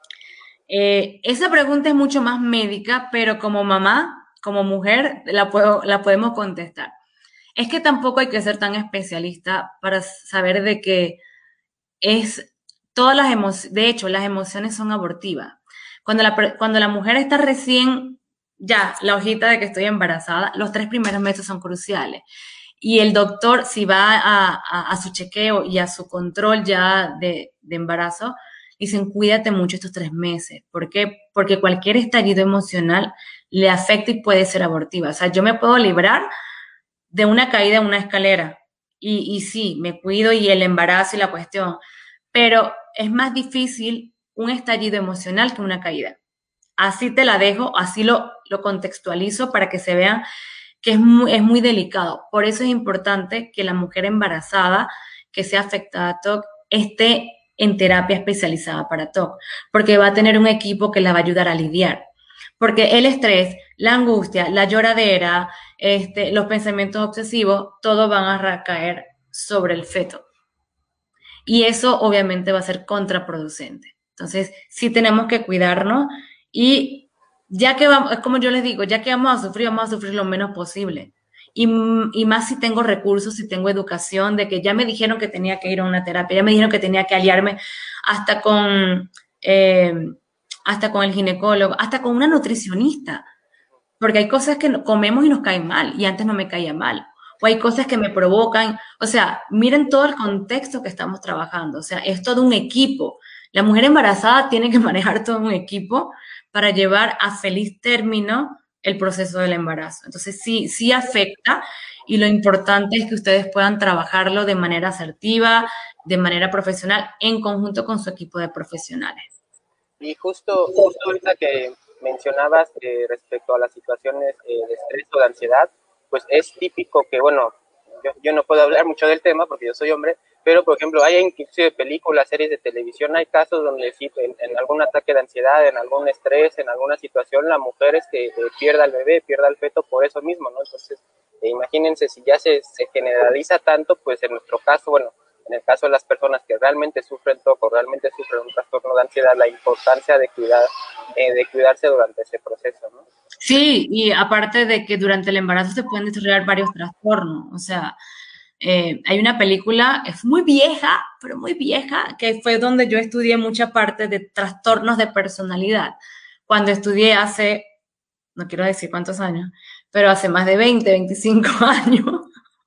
[SPEAKER 3] Esa pregunta es mucho más médica, pero como mamá, como mujer, la podemos contestar. Es que tampoco hay que ser tan especialista para saber de que todas las emociones, de hecho, las emociones son abortivas. Cuando la mujer está recién, ya, la hojita de que estoy embarazada, los 3 primeros meses son cruciales. Y el doctor, si va a su chequeo y a su control ya de embarazo, dicen, cuídate mucho estos 3 meses. ¿Por qué? Porque cualquier estallido emocional le afecta y puede ser abortiva. O sea, yo me puedo librar de una caída en una escalera. Y sí, me cuido y el embarazo y la cuestión. Pero es más difícil un estallido emocional que una caída. Así te la dejo, así lo contextualizo para que se vean que es muy delicado. Por eso es importante que la mujer embarazada que sea afectada a TOC esté en terapia especializada para TOC, porque va a tener un equipo que la va a ayudar a lidiar. Porque el estrés, la angustia, la lloradera, los pensamientos obsesivos, todos van a recaer sobre el feto. Y eso obviamente va a ser contraproducente. Entonces, sí tenemos que cuidarnos y ya que vamos, es como yo les digo, ya que vamos a sufrir lo menos posible. Y más si tengo recursos, si tengo educación, de que ya me dijeron que tenía que ir a una terapia, ya me dijeron que tenía que aliarme hasta hasta con el ginecólogo, hasta con una nutricionista. Porque hay cosas que comemos y nos caen mal, y antes no me caía mal. O hay cosas que me provocan. O sea, miren todo el contexto que estamos trabajando. O sea, es todo un equipo. La mujer embarazada tiene que manejar todo un equipo para llevar a feliz término el proceso del embarazo. Entonces, sí afecta, y lo importante es que ustedes puedan trabajarlo de manera asertiva, de manera profesional, en conjunto con su equipo de profesionales.
[SPEAKER 2] Y justo ahorita que mencionabas respecto a las situaciones de estrés o de ansiedad, pues es típico que, bueno, yo no puedo hablar mucho del tema porque yo soy hombre, pero, por ejemplo, hay inclusive películas, series de televisión, hay casos donde sí, en algún ataque de ansiedad, en algún estrés, en alguna situación, la mujer pierda al bebé, pierda al feto por eso mismo, ¿no? Entonces, imagínense si ya se generaliza tanto, pues en nuestro caso, bueno, en el caso de las personas que realmente sufren TOC, realmente sufren un trastorno de ansiedad, la importancia de cuidarse durante ese proceso, ¿no?
[SPEAKER 3] Sí, y aparte de que durante el embarazo se pueden desarrollar varios trastornos, o sea, hay una película, es muy vieja, pero muy vieja, que fue donde yo estudié mucha parte de trastornos de personalidad. Cuando estudié hace, no quiero decir cuántos años, pero hace más de 20, 25 años,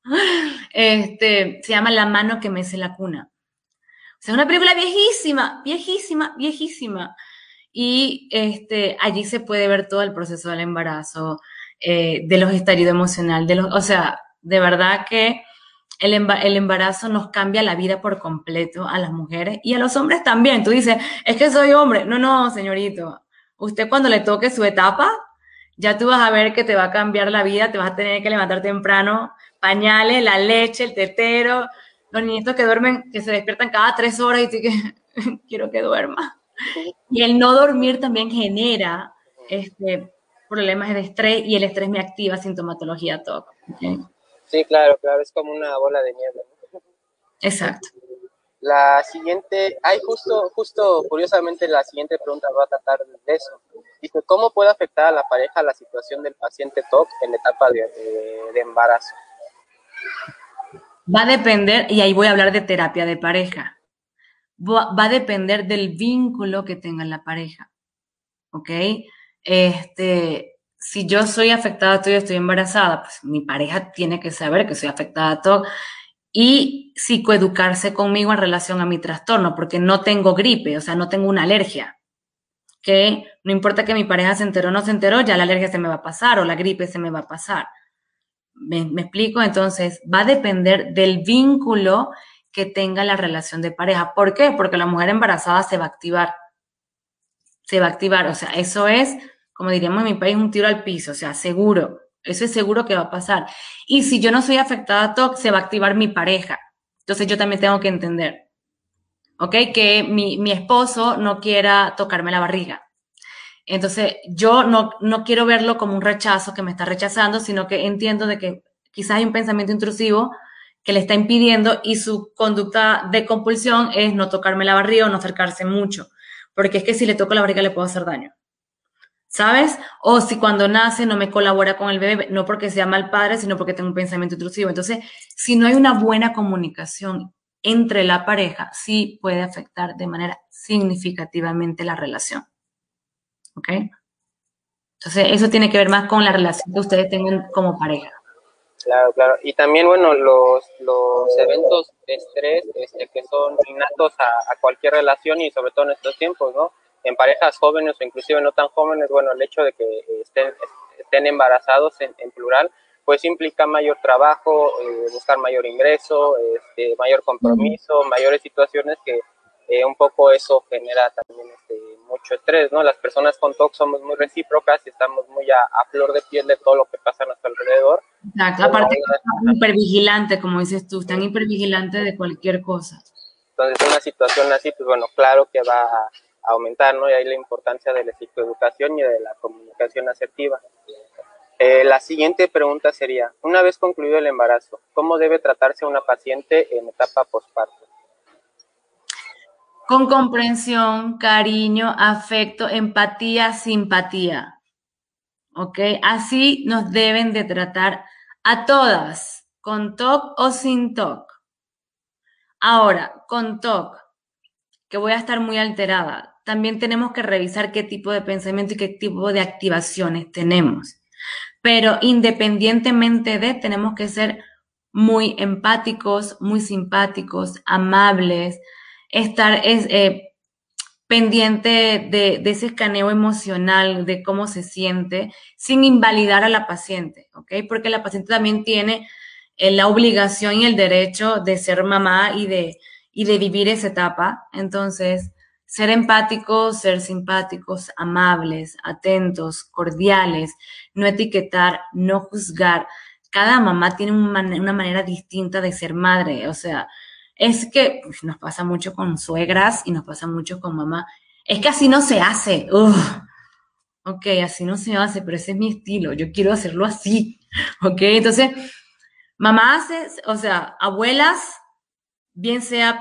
[SPEAKER 3] se llama La mano que mece la cuna. O sea, es una película viejísima, viejísima, viejísima. Y allí se puede ver todo el proceso del embarazo, de los estadios emocional, o sea, de verdad que el embarazo nos cambia la vida por completo a las mujeres y a los hombres también. Tú dices, es que soy hombre. No, no, señorito. Usted cuando le toque su etapa, ya tú vas a ver que te va a cambiar la vida, te vas a tener que levantar temprano, pañales, la leche, el tetero, los niñitos que duermen, que se despiertan cada 3 horas y tú que quiero que duerma. Y el no dormir también genera problemas de estrés y el estrés me activa sintomatología TOC. ¿Okay?
[SPEAKER 2] Sí, claro, claro, es como una bola de nieve, ¿no?
[SPEAKER 3] Exacto.
[SPEAKER 2] La siguiente, justo curiosamente la siguiente pregunta va a tratar de eso. Dice, ¿cómo puede afectar a la pareja la situación del paciente TOC en la etapa de embarazo?
[SPEAKER 3] Va a depender, y ahí voy a hablar de terapia de pareja, va a depender del vínculo que tenga la pareja, ¿ok? Si yo soy afectada, estoy embarazada, pues mi pareja tiene que saber que soy afectada a TOC y psicoeducarse conmigo en relación a mi trastorno, porque no tengo gripe, o sea, no tengo una alergia, ¿ok? No importa que mi pareja se enteró o no se enteró, ya la alergia se me va a pasar o la gripe se me va a pasar. ¿Me explico? Entonces, va a depender del vínculo que tenga la relación de pareja. ¿Por qué? Porque la mujer embarazada se va a activar. Se va a activar. O sea, eso es, como diríamos en mi país, un tiro al piso. O sea, seguro. Eso es seguro que va a pasar. Y si yo no soy afectada a TOC, se va a activar mi pareja. Entonces, yo también tengo que entender, ¿ok? Que mi esposo no quiera tocarme la barriga. Entonces, yo no quiero verlo como un rechazo que me está rechazando, sino que entiendo de que quizás hay un pensamiento intrusivo que le está impidiendo y su conducta de compulsión es no tocarme la barriga o no acercarse mucho, porque es que si le toco la barriga le puedo hacer daño, ¿sabes? O si cuando nace no me colabora con el bebé, no porque sea mal padre, sino porque tengo un pensamiento intrusivo. Entonces, si no hay una buena comunicación entre la pareja, sí puede afectar de manera significativamente la relación. ¿Ok? Entonces, eso tiene que ver más con la relación que ustedes tengan como pareja.
[SPEAKER 2] Claro, claro. Y también, bueno, los eventos de estrés que son innatos a cualquier relación y sobre todo en estos tiempos, ¿no? En parejas jóvenes o inclusive no tan jóvenes, bueno, el hecho de que estén embarazados en plural, pues implica mayor trabajo, buscar mayor ingreso, mayor compromiso, mayores situaciones que un poco eso genera también mucho estrés, ¿no? Las personas con TOC somos muy recíprocas y estamos muy a flor de piel de todo lo que pasa a nuestro alrededor.
[SPEAKER 3] Exacto, aparte están hipervigilante, como dices tú, están hipervigilantes de cualquier cosa.
[SPEAKER 2] Entonces, una situación así, pues bueno, claro que va a aumentar, ¿no? Y ahí la importancia de la psicoeducación y de la comunicación asertiva. La siguiente pregunta sería, una vez concluido el embarazo, ¿cómo debe tratarse a una paciente en etapa posparto?
[SPEAKER 3] Con comprensión, cariño, afecto, empatía, simpatía. ¿Ok? Así nos deben de tratar a todas, con TOC o sin TOC. Ahora, con TOC, que voy a estar muy alterada, también tenemos que revisar qué tipo de pensamiento y qué tipo de activaciones tenemos. Pero independientemente de, tenemos que ser muy empáticos, muy simpáticos, amables, estar pendiente de ese escaneo emocional, de cómo se siente, sin invalidar a la paciente, ¿ok? Porque la paciente también tiene la obligación y el derecho de ser mamá y de vivir esa etapa. Entonces, ser empáticos, ser simpáticos, amables, atentos, cordiales, no etiquetar, no juzgar. cada mamá tiene una manera distinta de ser madre. O sea, es que pues, nos pasa mucho con suegras y nos pasa mucho con mamá. Es que así no se hace. Uf, ok, así no se hace, pero ese es mi estilo. Yo quiero hacerlo así. Ok, entonces, mamá hace, o sea, abuelas, bien sea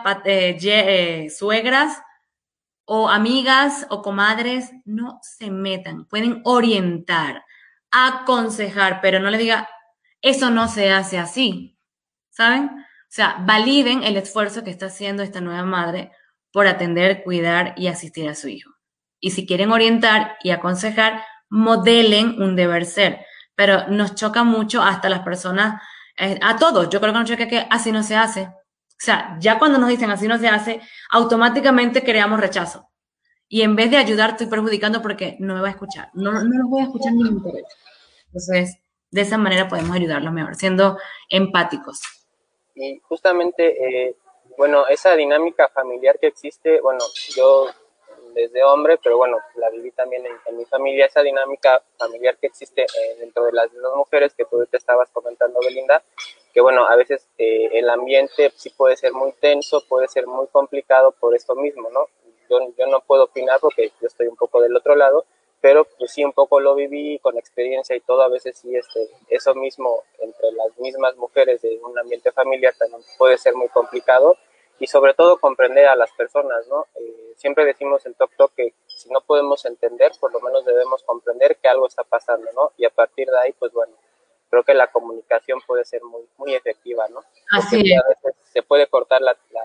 [SPEAKER 3] suegras o amigas o comadres, no se metan. Pueden orientar, aconsejar, pero no le diga, eso no se hace así, ¿saben? O sea, validen el esfuerzo que está haciendo esta nueva madre por atender, cuidar y asistir a su hijo. Y si quieren orientar y aconsejar, modelen un deber ser. Pero nos choca mucho hasta las personas, a todos, yo creo que nos choca que así no se hace. O sea, ya cuando nos dicen así no se hace, automáticamente creamos rechazo. Y en vez de ayudar, estoy perjudicando porque no me va a escuchar. No los voy a escuchar ni me interesa. Entonces, de esa manera podemos ayudarlos mejor, siendo empáticos.
[SPEAKER 2] Y justamente, bueno, esa dinámica familiar que existe, bueno, yo desde hombre, pero bueno, la viví también en mi familia, esa dinámica familiar que existe dentro de las dos mujeres que tú te estabas comentando, Belinda, que bueno, a veces el ambiente sí puede ser muy tenso, puede ser muy complicado por esto mismo, ¿no? Yo no puedo opinar porque yo estoy un poco del otro lado, pero pues sí un poco lo viví con experiencia y todo, a veces sí eso mismo entre las mismas mujeres de un ambiente familiar también puede ser muy complicado y sobre todo comprender a las personas, ¿no? Siempre decimos en Tok Tok que si no podemos entender, por lo menos debemos comprender que algo está pasando, ¿no? Y a partir de ahí, pues bueno, creo que la comunicación puede ser muy, muy efectiva, ¿no?
[SPEAKER 3] Así
[SPEAKER 2] porque
[SPEAKER 3] es.
[SPEAKER 2] a veces se puede cortar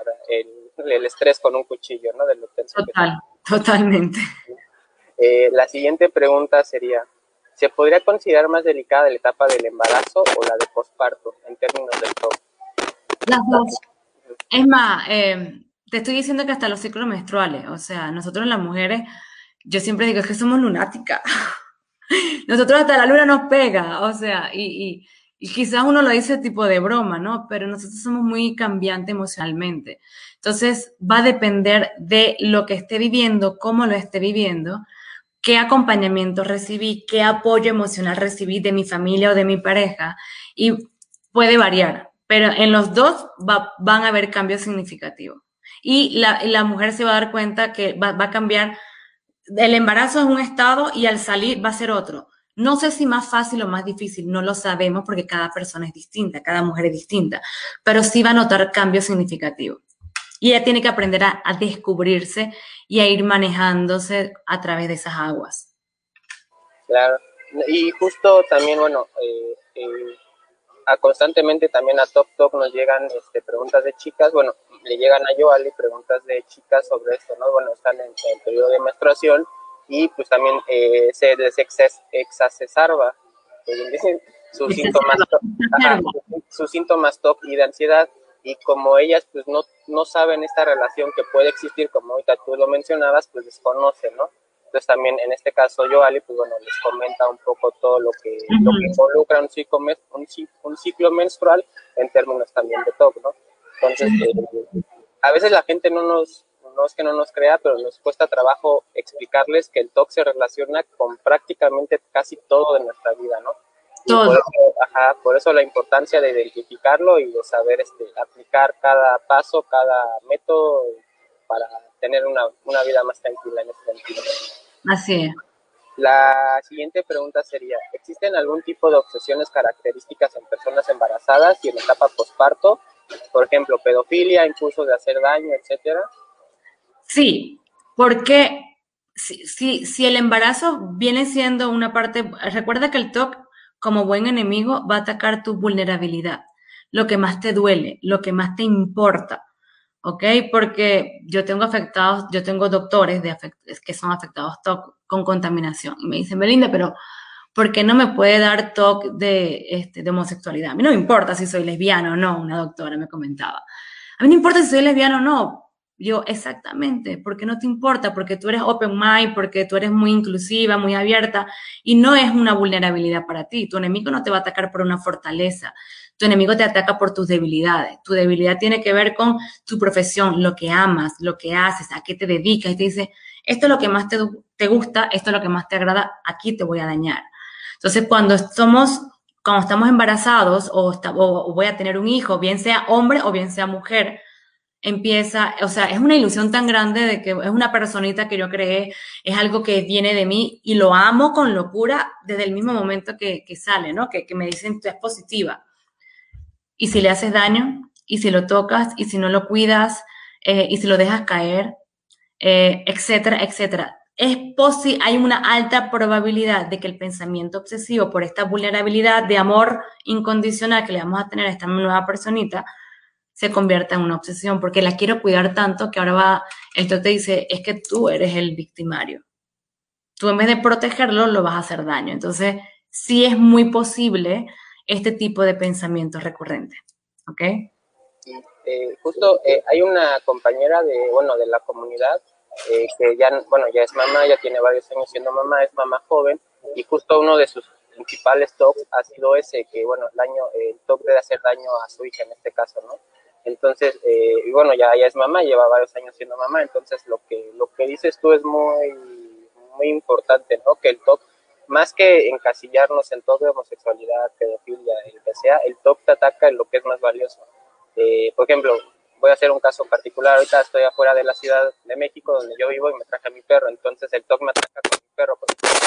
[SPEAKER 2] el estrés con un cuchillo, ¿no? De lo tenso
[SPEAKER 3] Totalmente.
[SPEAKER 2] La siguiente pregunta sería, ¿se podría considerar más delicada la etapa del embarazo o la de posparto en términos del TOC?
[SPEAKER 3] Las dos. Es más, te estoy diciendo que hasta los ciclos menstruales, o sea, nosotros las mujeres, yo siempre digo, es que somos lunáticas. Nosotros hasta la luna nos pega, o sea, y quizás uno lo dice tipo de broma, ¿no? Pero nosotros somos muy cambiantes emocionalmente. Entonces, va a depender de lo que esté viviendo, cómo lo esté viviendo, qué acompañamiento recibí, qué apoyo emocional recibí de mi familia o de mi pareja, y puede variar, pero en los dos van a haber cambios significativos. Y la mujer se va a dar cuenta que va a cambiar. El embarazo es un estado y al salir va a ser otro. No sé si más fácil o más difícil, no lo sabemos porque cada persona es distinta, cada mujer es distinta, pero sí va a notar cambios significativos. Y ella tiene que aprender a descubrirse y a ir manejándose a través de esas aguas.
[SPEAKER 2] Claro. Y justo también, bueno, constantemente también a Tok Tok nos llegan preguntas de chicas, bueno, le llegan a Yoali preguntas de chicas sobre esto, ¿no? Bueno, están en periodo de menstruación y pues también se exacerba sus síntomas TOC y de ansiedad, y como ellas pues no saben esta relación que puede existir, como ahorita tú lo mencionabas, pues desconocen, ¿no? Entonces también en este caso Yoali, pues bueno, les comenta un poco todo lo que involucra un ciclo menstrual en términos también de TOC, ¿no? Entonces, a veces la gente no es que no nos crea, pero nos cuesta trabajo explicarles que el TOC se relaciona con prácticamente casi todo de nuestra vida, ¿no? Y por eso la importancia de identificarlo y de saber aplicar cada paso, cada método para tener una vida más tranquila en ese sentido.
[SPEAKER 3] Así es.
[SPEAKER 2] La siguiente pregunta sería, ¿existen algún tipo de obsesiones características en personas embarazadas y en etapa posparto? Por ejemplo, pedofilia, impulso de hacer daño, etcétera.
[SPEAKER 3] Sí, porque si el embarazo viene siendo una parte, recuerda que el TOC como buen enemigo va a atacar tu vulnerabilidad, lo que más te duele, lo que más te importa, ¿ok? Porque yo tengo doctores que son afectados TOC con contaminación y me dicen, Belinda, pero ¿por qué no me puede dar TOC de homosexualidad? A mí no me importa si soy lesbiana o no, una doctora me comentaba. A mí no importa si soy lesbiana o no. Yo, exactamente, porque no te importa, porque tú eres open mind, porque tú eres muy inclusiva, muy abierta, y no es una vulnerabilidad para ti. Tu enemigo no te va a atacar por una fortaleza, tu enemigo te ataca por tus debilidades. Tu debilidad tiene que ver con tu profesión, lo que amas, lo que haces, a qué te dedicas, y te dice, esto es lo que más te gusta, esto es lo que más te agrada, aquí te voy a dañar. Entonces, cuando somos cuando estamos embarazados o voy a tener un hijo, bien sea hombre o bien sea mujer, empieza, o sea, es una ilusión tan grande de que es una personita que yo creé, es algo que viene de mí y lo amo con locura desde el mismo momento que sale, ¿no? Que me dicen, tú es positiva. Y si le haces daño, y si lo tocas, y si no lo cuidas, y si lo dejas caer, etcétera, etcétera. Hay una alta probabilidad de que el pensamiento obsesivo por esta vulnerabilidad de amor incondicional que le vamos a tener a esta nueva personita se convierta en una obsesión, porque la quiero cuidar tanto que ahora va, el te dice, es que tú eres el victimario. Tú en vez de protegerlo, lo vas a hacer daño. Entonces, sí es muy posible este tipo de pensamientos recurrentes. ¿Ok?
[SPEAKER 2] Y justo hay una compañera de la comunidad que ya es mamá, ya tiene varios años siendo mamá, es mamá joven, y justo uno de sus principales talks ha sido ese, que el talk de hacer daño a su hija en este caso, ¿no? Entonces, ya es mamá, lleva varios años siendo mamá, entonces lo que dices tú es muy, muy importante, ¿no? Que el TOC, más que encasillarnos en TOC de homosexualidad, pedofilia, el que sea, el TOC te ataca en lo que es más valioso. Por ejemplo, voy a hacer un caso particular, ahorita estoy afuera de la Ciudad de México, donde yo vivo, y me traje a mi perro, entonces el TOC me ataca con mi perro.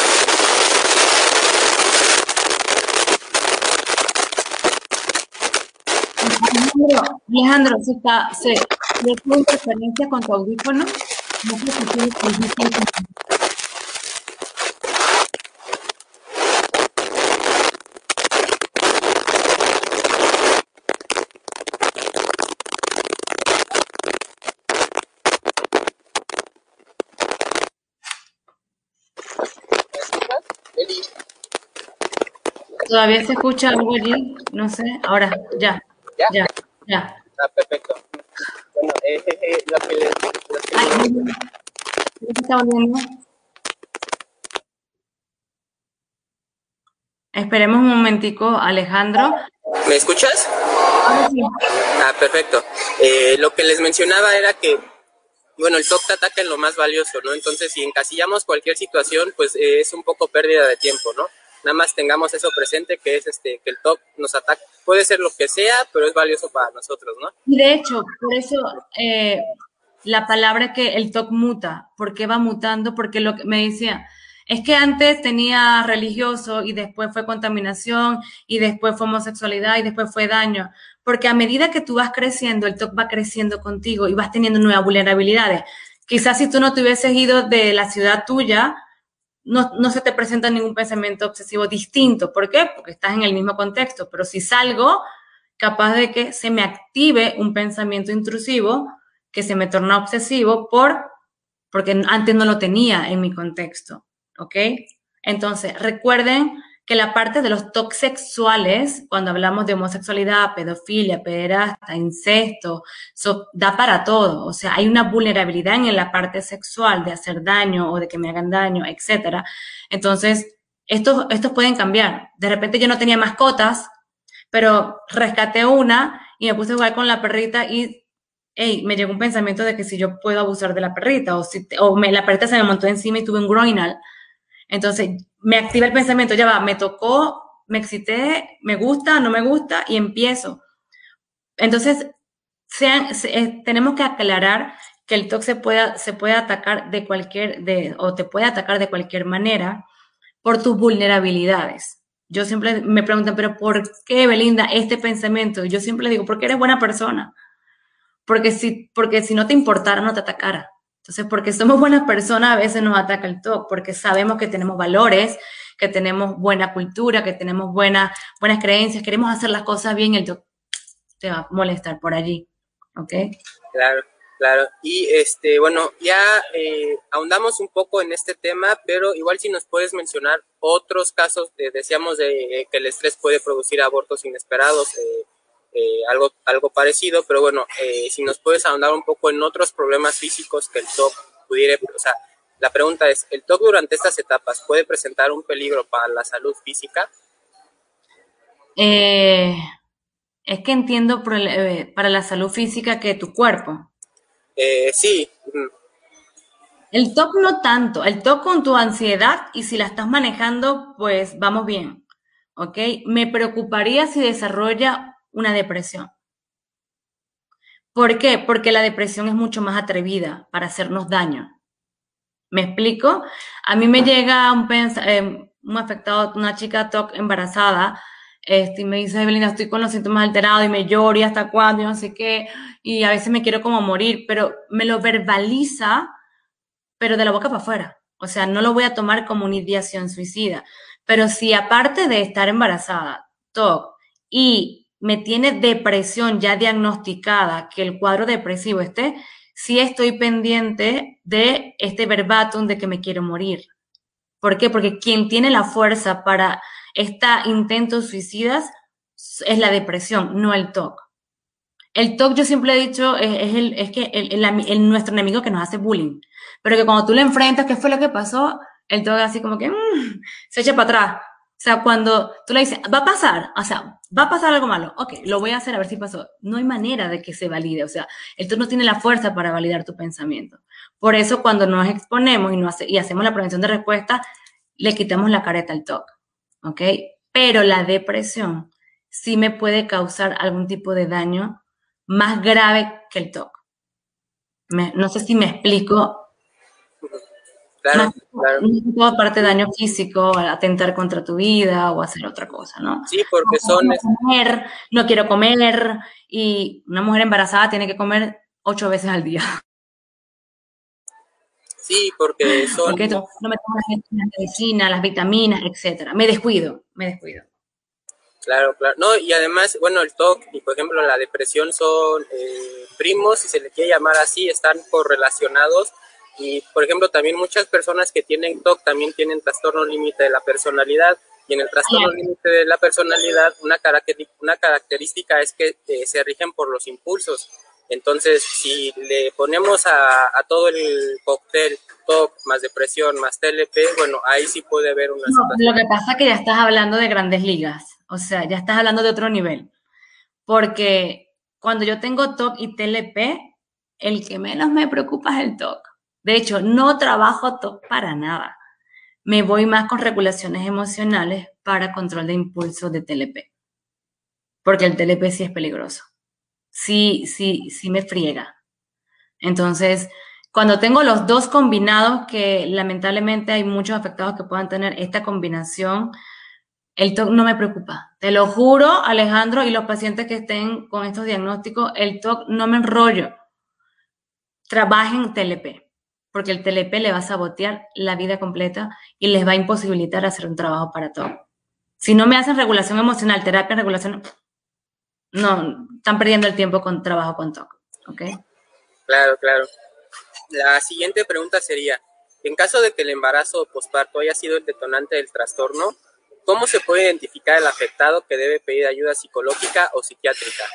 [SPEAKER 3] Alejandro, se le tuvo interferencia con tu audífono. No sé si tienes que audífono. Todavía se escucha algo allí, no sé. Ahora, ya.
[SPEAKER 2] Ah, perfecto. Bueno, lo que les...
[SPEAKER 3] ¿Qué está volviendo? Esperemos un momentico, Alejandro.
[SPEAKER 2] ¿Me escuchas?
[SPEAKER 3] Ahora sí.
[SPEAKER 2] Ah, perfecto. Lo que les mencionaba era que, bueno, el TOC te ataca en lo más valioso, ¿no? Entonces, si encasillamos cualquier situación, pues es un poco pérdida de tiempo, ¿no? Nada más tengamos eso presente, que es que el TOC nos ataca. Puede ser lo que sea, pero es valioso para nosotros, ¿no?
[SPEAKER 3] Y de hecho, por eso la palabra que el TOC muta, ¿por qué va mutando? Porque lo que me decía, es que antes tenía religioso y después fue contaminación y después fue homosexualidad y después fue daño. Porque a medida que tú vas creciendo, el TOC va creciendo contigo y vas teniendo nuevas vulnerabilidades. Quizás si tú no te hubieses ido de la ciudad tuya, no se te presenta ningún pensamiento obsesivo distinto. ¿Por qué? Porque estás en el mismo contexto. Pero si salgo, capaz de que se me active un pensamiento intrusivo que se me torna obsesivo porque antes no lo tenía en mi contexto. ¿Ok? Entonces, recuerden que la parte de los tocs sexuales, cuando hablamos de homosexualidad, pedofilia, pederasta, incesto, da para todo. O sea, hay una vulnerabilidad en la parte sexual de hacer daño o de que me hagan daño, etcétera. Entonces, estos pueden cambiar. De repente yo no tenía mascotas, pero rescaté una y me puse a jugar con la perrita y me llegó un pensamiento de que si yo puedo abusar de la perrita la perrita se me montó encima y tuve un groinal. Entonces me activa el pensamiento, ya va, me tocó, me excité, me gusta, no me gusta y empiezo. Entonces tenemos que aclarar que el TOC se puede atacar o te puede atacar de cualquier manera por tus vulnerabilidades. Yo siempre me preguntan, pero ¿por qué, Belinda, este pensamiento? Yo siempre les digo, porque eres buena persona. Porque si no te importara, no te atacara. Entonces, porque somos buenas personas, a veces nos ataca el TOC, porque sabemos que tenemos valores, que tenemos buena cultura, que tenemos buenas creencias, queremos hacer las cosas bien, el TOC te va a molestar por allí. ¿Ok?
[SPEAKER 2] Claro. Claro, y ya ahondamos un poco en este tema, pero igual si nos puedes mencionar otros casos, decíamos que el estrés puede producir abortos inesperados, algo parecido, pero bueno, si nos puedes ahondar un poco en otros problemas físicos que el TOC pudiera, o sea, la pregunta es, ¿el TOC durante estas etapas puede presentar un peligro para la salud física?
[SPEAKER 3] Es que entiendo para la salud física que tu cuerpo.
[SPEAKER 2] Sí.
[SPEAKER 3] El TOC no tanto, el TOC con tu ansiedad y si la estás manejando, pues vamos bien. ¿ok? Me preocuparía si desarrolla una depresión. ¿Por qué? Porque la depresión es mucho más atrevida para hacernos daño. ¿Me explico? A mí me llega un afectado, una chica TOC embarazada, y me dice, Evelina, estoy con los síntomas alterados y me lloro y hasta cuándo y no sé qué, y a veces me quiero como morir, pero me lo verbaliza, pero de la boca para afuera. O sea, no lo voy a tomar como una ideación suicida. Pero si aparte de estar embarazada, TOC, y me tiene depresión ya diagnosticada, que el cuadro depresivo esté, sí estoy pendiente de este verbatim de que me quiero morir. ¿Por qué? Porque quien tiene la fuerza para intentos suicidas es la depresión, no el TOC. El TOC, yo siempre he dicho, nuestro enemigo que nos hace bullying. Pero que cuando tú le enfrentas, ¿qué fue lo que pasó? El TOC así como que se echa para atrás. O sea, cuando tú le dices, va a pasar, o sea, va a pasar algo malo. Ok, lo voy a hacer a ver si pasó. No hay manera de que se valide. O sea, el TOC no tiene la fuerza para validar tu pensamiento. Por eso, cuando nos exponemos y hacemos la prevención de respuesta, le quitamos la careta al TOC. ¿Ok? Pero la depresión sí me puede causar algún tipo de daño más grave que el TOC. No sé si me explico.
[SPEAKER 2] Claro, claro.
[SPEAKER 3] No aparte de daño físico, atentar contra tu vida o hacer otra cosa, ¿no?
[SPEAKER 2] Sí, porque son...
[SPEAKER 3] No quiero comer, y una mujer embarazada tiene que comer 8 veces al día.
[SPEAKER 2] Sí, porque son...
[SPEAKER 3] Porque no me tomo la medicina, las vitaminas, etcétera. Me descuido.
[SPEAKER 2] Claro, claro. No, y además, bueno, el TOC y, por ejemplo, la depresión son primos, si se le quiere llamar así, están correlacionados. Y, por ejemplo, también muchas personas que tienen TOC también tienen trastorno límite de la personalidad. Y en el trastorno límite de la personalidad, una característica es que se rigen por los impulsos. Entonces, si le ponemos a todo el cóctel TOC más depresión más TLP, bueno, ahí sí puede haber una situación.
[SPEAKER 3] Lo que pasa es que ya estás hablando de grandes ligas. O sea, ya estás hablando de otro nivel. Porque cuando yo tengo TOC y TLP, el que menos me preocupa es el TOC. De hecho, no trabajo TOC para nada. Me voy más con regulaciones emocionales para control de impulso de TLP. Porque el TLP sí es peligroso. Sí me friega. Entonces, cuando tengo los dos combinados, que lamentablemente hay muchos afectados que puedan tener esta combinación, el TOC no me preocupa. Te lo juro, Alejandro, y los pacientes que estén con estos diagnósticos, el TOC no me enrollo. Trabajen TLP, porque el TLP le va a sabotear la vida completa y les va a imposibilitar hacer un trabajo para TOC. Si no me hacen regulación emocional, terapia, regulación, no, están perdiendo el tiempo con trabajo con TOC, ¿ok?
[SPEAKER 2] Claro, claro. La siguiente pregunta sería, en caso de que el embarazo o posparto haya sido el detonante del trastorno, ¿cómo se puede identificar el afectado que debe pedir ayuda psicológica o psiquiátrica?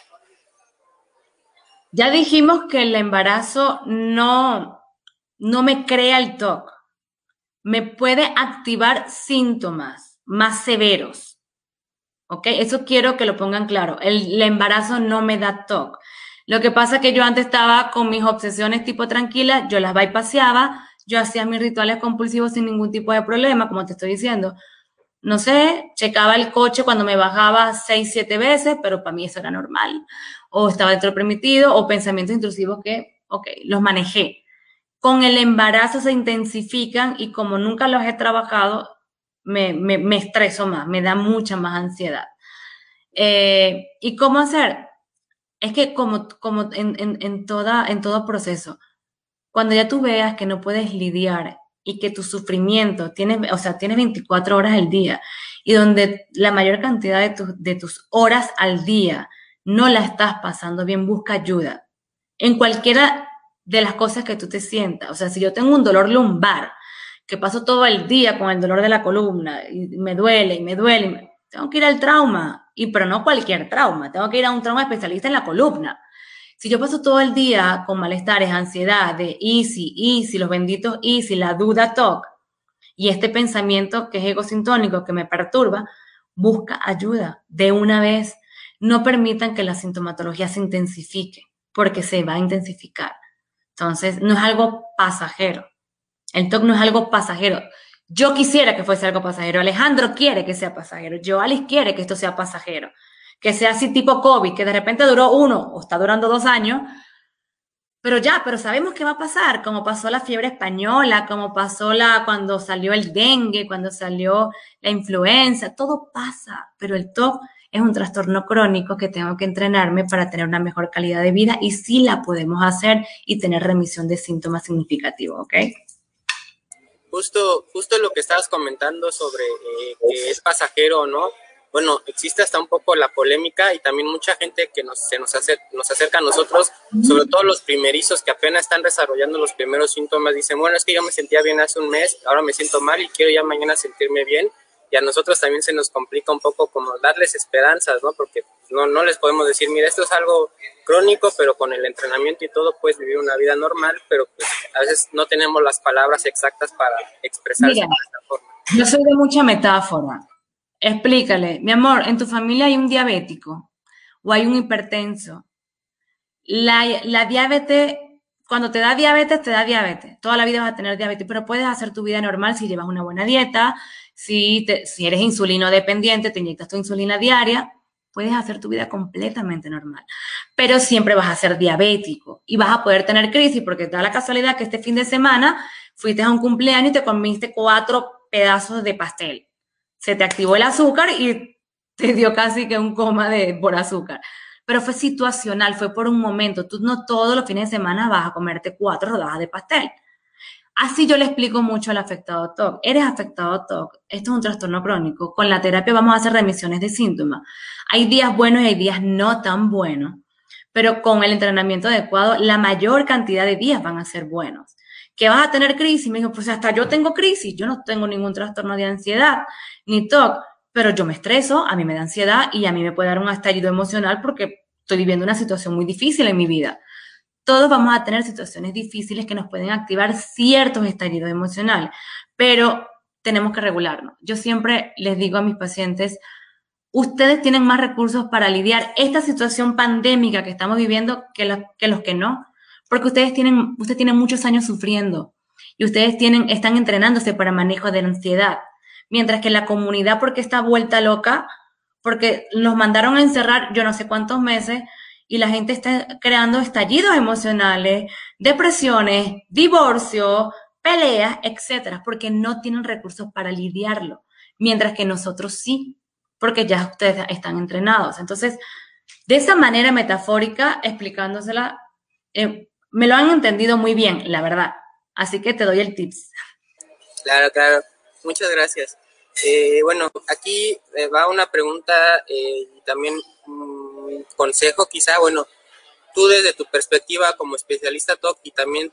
[SPEAKER 3] Ya dijimos que el embarazo no me crea el TOC. Me puede activar síntomas más severos. ¿Ok? Eso quiero que lo pongan claro. El embarazo no me da TOC. Lo que pasa es que yo antes estaba con mis obsesiones tipo tranquila, yo las bypaseaba, yo hacía mis rituales compulsivos sin ningún tipo de problema, como te estoy diciendo. No sé, checaba el coche cuando me bajaba 6, 7 veces, pero para mí eso era normal. O estaba dentro permitido, o pensamientos intrusivos que, ok, los manejé. Con el embarazo se intensifican y como nunca los he trabajado, me estreso más, me da mucha más ansiedad. ¿Y cómo hacer? Es que como en todo proceso, cuando ya tú veas que no puedes lidiar y que tu sufrimiento tienes 24 horas al día y donde la mayor cantidad de tus horas al día no la estás pasando bien, busca ayuda. En cualquiera de las cosas que tú te sientas. O sea, si yo tengo un dolor lumbar, que paso todo el día con el dolor de la columna y me duele, tengo que ir al trauma. Pero no cualquier trauma, tengo que ir a un trauma especialista en la columna. Si yo paso todo el día con malestares, ansiedad, de easy, los benditos easy, la duda TOC, y este pensamiento que es egosintónico, que me perturba, busca ayuda de una vez. No permitan que la sintomatología se intensifique, porque se va a intensificar. Entonces, no es algo pasajero. El TOC no es algo pasajero. Yo quisiera que fuese algo pasajero. Alejandro quiere que sea pasajero. Joalis quiere que esto sea pasajero. Que sea así tipo COVID, que de repente duró 1 o está durando 2 años, pero sabemos qué va a pasar, como pasó la fiebre española, como pasó cuando salió el dengue, cuando salió la influenza, todo pasa, pero el TOC es un trastorno crónico que tengo que entrenarme para tener una mejor calidad de vida y sí la podemos hacer y tener remisión de síntomas significativos, ¿ok?
[SPEAKER 2] Justo lo que estabas comentando sobre que es pasajero o no. Bueno, existe hasta un poco la polémica y también mucha gente que nos acerca a nosotros, sobre todo los primerizos que apenas están desarrollando los primeros síntomas, dicen, bueno, es que yo me sentía bien hace un mes, ahora me siento mal y quiero ya mañana sentirme bien. Y a nosotros también se nos complica un poco como darles esperanzas, ¿no? Porque no les podemos decir, mira, esto es algo crónico, pero con el entrenamiento y todo puedes vivir una vida normal, pero pues a veces no tenemos las palabras exactas para expresarse de esta forma.
[SPEAKER 3] Yo soy de mucha metáfora. Explícale, mi amor, ¿en tu familia hay un diabético o hay un hipertenso? La diabetes, cuando te da diabetes, te da diabetes. Toda la vida vas a tener diabetes, pero puedes hacer tu vida normal si llevas una buena dieta, si eres insulino dependiente, te inyectas tu insulina diaria, puedes hacer tu vida completamente normal. Pero siempre vas a ser diabético y vas a poder tener crisis porque da la casualidad que este fin de semana fuiste a un cumpleaños y te comiste 4 pedazos de pastel. Se te activó el azúcar y te dio casi que un coma por azúcar. Pero fue situacional, fue por un momento. Tú no todos los fines de semana vas a comerte 4 rodajas de pastel. Así yo le explico mucho al afectado TOC. Eres afectado TOC, esto es un trastorno crónico. Con la terapia vamos a hacer remisiones de síntomas. Hay días buenos y hay días no tan buenos, pero con el entrenamiento adecuado, la mayor cantidad de días van a ser buenos. ¿Que vas a tener crisis? Me dijo, pues hasta yo tengo crisis. Yo no tengo ningún trastorno de ansiedad ni TOC, pero yo me estreso, a mí me da ansiedad y a mí me puede dar un estallido emocional porque estoy viviendo una situación muy difícil en mi vida. Todos vamos a tener situaciones difíciles que nos pueden activar ciertos estallidos emocionales, pero tenemos que regularnos. Yo siempre les digo a mis pacientes, ustedes tienen más recursos para lidiar esta situación pandémica que estamos viviendo que los que no, porque ustedes tienen muchos años sufriendo y ustedes están entrenándose para manejo de la ansiedad, mientras que la comunidad, porque está vuelta loca, porque nos mandaron a encerrar yo no sé cuántos meses, y la gente está creando estallidos emocionales, depresiones, divorcio, peleas, etcétera, porque no tienen recursos para lidiarlo, mientras que nosotros sí, porque ya ustedes están entrenados. Entonces, de esa manera metafórica, explicándosela, me lo han entendido muy bien, la verdad. Así que te doy el tips.
[SPEAKER 2] Claro. Muchas gracias. Bueno, aquí va una pregunta y también un consejo quizá. Bueno, tú desde tu perspectiva como especialista TOC y también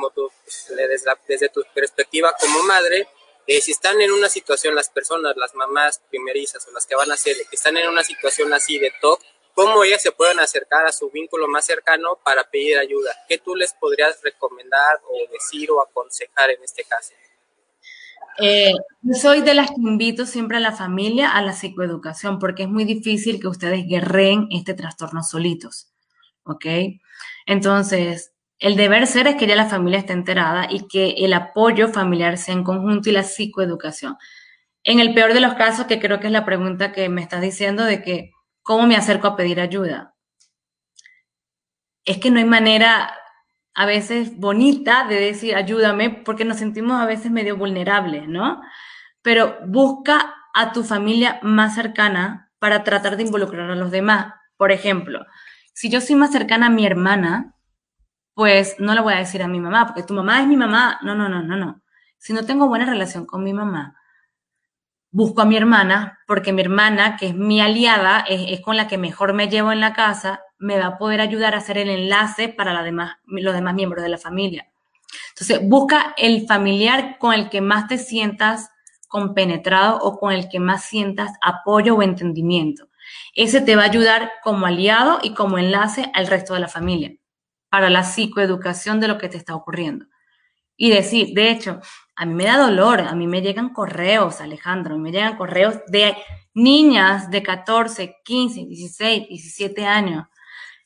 [SPEAKER 2] desde tu perspectiva como madre, si están en una situación, las personas, las mamás primerizas o las que van a ser, que están en una situación así de TOC, ¿cómo ellas se pueden acercar a su vínculo más cercano para pedir ayuda? ¿Qué tú les podrías recomendar o decir o aconsejar en este caso?
[SPEAKER 3] Yo soy de las que invito siempre a la familia a la psicoeducación porque es muy difícil que ustedes guerreen este trastorno solitos, ¿ok? Entonces, el deber ser es que ya la familia esté enterada y que el apoyo familiar sea en conjunto y la psicoeducación. En el peor de los casos, que creo que es la pregunta que me estás diciendo de que, ¿cómo me acerco a pedir ayuda? Es que no hay manera a veces bonita de decir ayúdame porque nos sentimos a veces medio vulnerables, ¿no? Pero busca a tu familia más cercana para tratar de involucrar a los demás. Por ejemplo, si yo soy más cercana a mi hermana, pues no le voy a decir a mi mamá, porque tu mamá es mi mamá. No. Si no tengo buena relación con mi mamá, busco a mi hermana, porque mi hermana, que es mi aliada, es con la que mejor me llevo en la casa, me va a poder ayudar a hacer el enlace para los demás miembros de la familia. Entonces, busca el familiar con el que más te sientas compenetrado o con el que más sientas apoyo o entendimiento. Ese te va a ayudar como aliado y como enlace al resto de la familia para la psicoeducación de lo que te está ocurriendo. Y decir, de hecho, a mí me da dolor, a mí me llegan correos, Alejandro, me llegan correos de niñas de 14, 15, 16, 17 años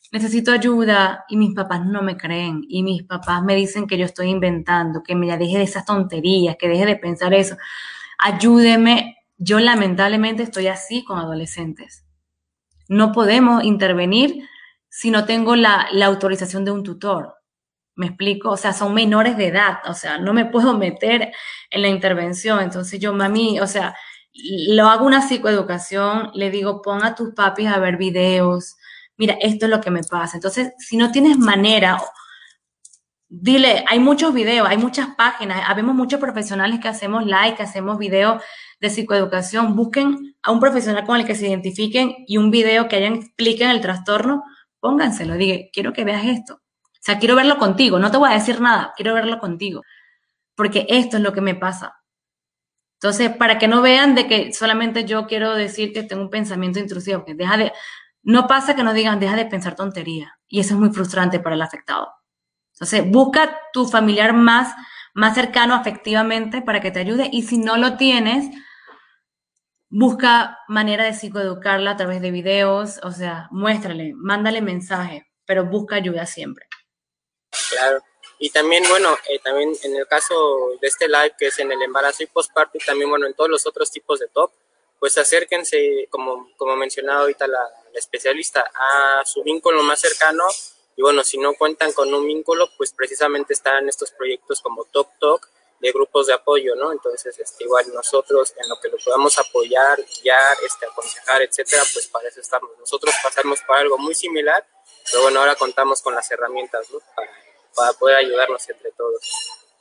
[SPEAKER 3] necesito ayuda y mis papás no me creen y mis papás me dicen que yo estoy inventando, que me ya deje de esas tonterías, que deje de pensar eso. Ayúdeme. Yo lamentablemente estoy así con adolescentes. No podemos intervenir si no tengo la autorización de un tutor. ¿Me explico? O sea, son menores de edad, o sea, no me puedo meter en la intervención. Entonces yo, mami, o sea, lo hago una psicoeducación, le digo, pon a tus papis a ver videos, mira, esto es lo que me pasa. Entonces, si no tienes manera, dile, hay muchos videos, hay muchas páginas, habemos muchos profesionales que hacemos live, que hacemos videos de psicoeducación. Busquen a un profesional con el que se identifiquen y un video que hayan expliquen el trastorno, pónganselo, diga, quiero que veas esto. O sea, quiero verlo contigo, no te voy a decir nada, quiero verlo contigo, porque esto es lo que me pasa. Entonces, para que no vean de que solamente yo quiero decir que tengo un pensamiento intrusivo, que no pasa que no digan, deja de pensar tontería, y eso es muy frustrante para el afectado. Entonces, busca tu familiar más cercano afectivamente para que te ayude, y si no lo tienes, busca manera de psicoeducarla a través de videos, o sea, muéstrale, mándale mensaje, pero busca ayuda siempre.
[SPEAKER 2] Claro. Y también, bueno, también en el caso de este live, que es en el embarazo y posparto, y también, bueno, en todos los otros tipos de TOC, pues acérquense, como mencionaba ahorita la especialista, a su vínculo más cercano. Y bueno, si no cuentan con un vínculo, pues precisamente están estos proyectos como TOC TOC, de grupos de apoyo, ¿no? Entonces, igual nosotros en lo que lo podamos apoyar, guiar, aconsejar, etcétera, pues para eso estamos. Nosotros pasamos por algo muy similar, pero bueno, ahora contamos con las herramientas, ¿no? Para poder ayudarnos entre todos.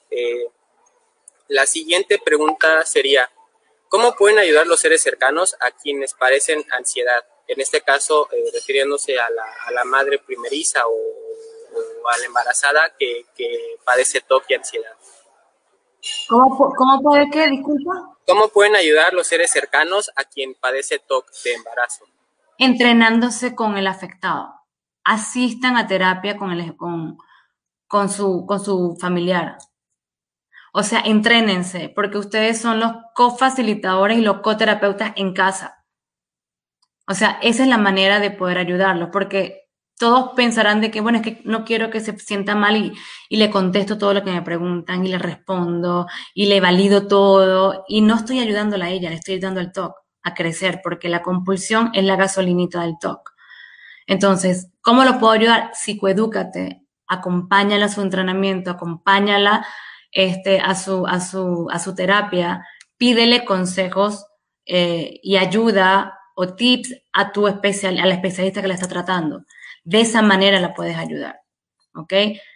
[SPEAKER 2] La siguiente pregunta sería, ¿cómo pueden ayudar los seres cercanos a quienes padecen ansiedad? En este caso, refiriéndose a la madre primeriza o a la embarazada que padece TOC y ansiedad.
[SPEAKER 3] ¿Cómo puede qué? Disculpa.
[SPEAKER 2] ¿Cómo pueden ayudar los seres cercanos a quien padece TOC de embarazo?
[SPEAKER 3] Entrenándose con el afectado. Asistan a terapia con su familiar. O sea, entrénense, porque ustedes son los cofacilitadores y los coterapeutas en casa. O sea, esa es la manera de poder ayudarlos, porque todos pensarán de que, bueno, es que no quiero que se sienta mal y le contesto todo lo que me preguntan y le respondo y le valido todo y no estoy ayudándola a ella, le estoy ayudando al TOC a crecer, porque la compulsión es la gasolinita del TOC. Entonces, ¿cómo lo puedo ayudar? Psicoedúcate, acompáñala a su entrenamiento, acompáñala a su terapia, pídele consejos y ayuda o tips a la especialista que la está tratando. De esa manera la puedes ayudar, ¿ok?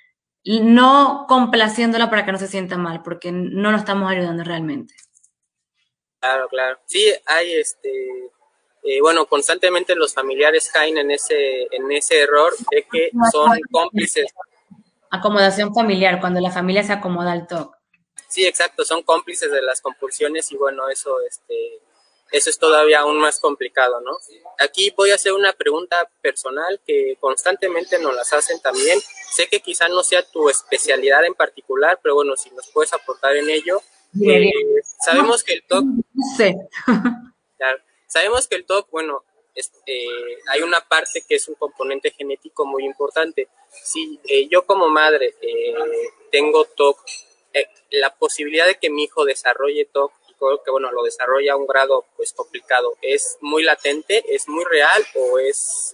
[SPEAKER 3] No complaciéndola para que no se sienta mal, porque no lo estamos ayudando realmente.
[SPEAKER 2] Claro, claro. Sí, hay bueno, constantemente los familiares caen en ese error de que son cómplices.
[SPEAKER 3] Acomodación familiar, cuando la familia se acomoda al TOC.
[SPEAKER 2] Sí, exacto, son cómplices de las compulsiones y bueno, eso es todavía aún más complicado, ¿no? Aquí voy a hacer una pregunta personal que constantemente nos las hacen también. Sé que quizá no sea tu especialidad en particular, pero bueno, si nos puedes aportar en ello. Sabemos que el TOC...
[SPEAKER 3] Sí.
[SPEAKER 2] Claro, sabemos que el TOC, bueno, hay una parte que es un componente genético muy importante. Si yo como madre tengo TOC, la posibilidad de que mi hijo desarrolle TOC, y creo que bueno, lo desarrolla a un grado pues complicado, ¿es muy latente, es muy real o es...?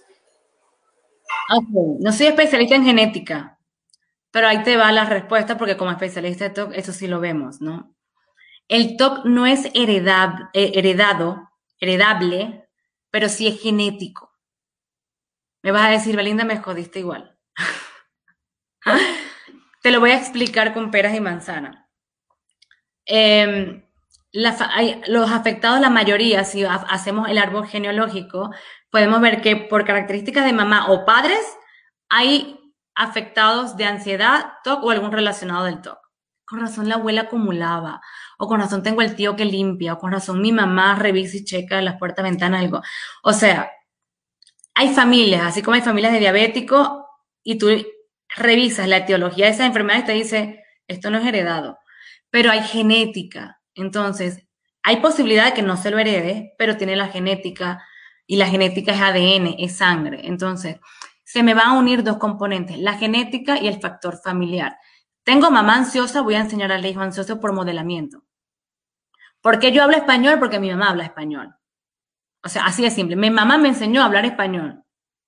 [SPEAKER 3] Okay. No soy especialista en genética, pero ahí te va la respuesta porque como especialista de TOC, eso sí lo vemos, ¿no? El TOC no es heredable, pero sí es genético. Me vas a decir, Belinda, me jodiste igual. Te lo voy a explicar con peras y manzanas. Los afectados, la mayoría, si hacemos el árbol genealógico, podemos ver que por características de mamá o padres hay afectados de ansiedad, TOC o algún relacionado del TOC. Con razón la abuela acumulaba, o con razón tengo el tío que limpia, o con razón mi mamá revisa y checa las puertas, ventanas, algo. O sea, hay familias, así como hay familias de diabéticos, y tú revisas la etiología de esas enfermedades y te dice, esto no es heredado, pero hay genética. Entonces, hay posibilidad de que no se lo herede, pero tiene la genética, y la genética es ADN, es sangre. Entonces, se me van a unir dos componentes, la genética y el factor familiar. Tengo mamá ansiosa, voy a enseñar al hijo ansioso por modelamiento. ¿Por qué yo hablo español? Porque mi mamá habla español. O sea, así de simple. Mi mamá me enseñó a hablar español.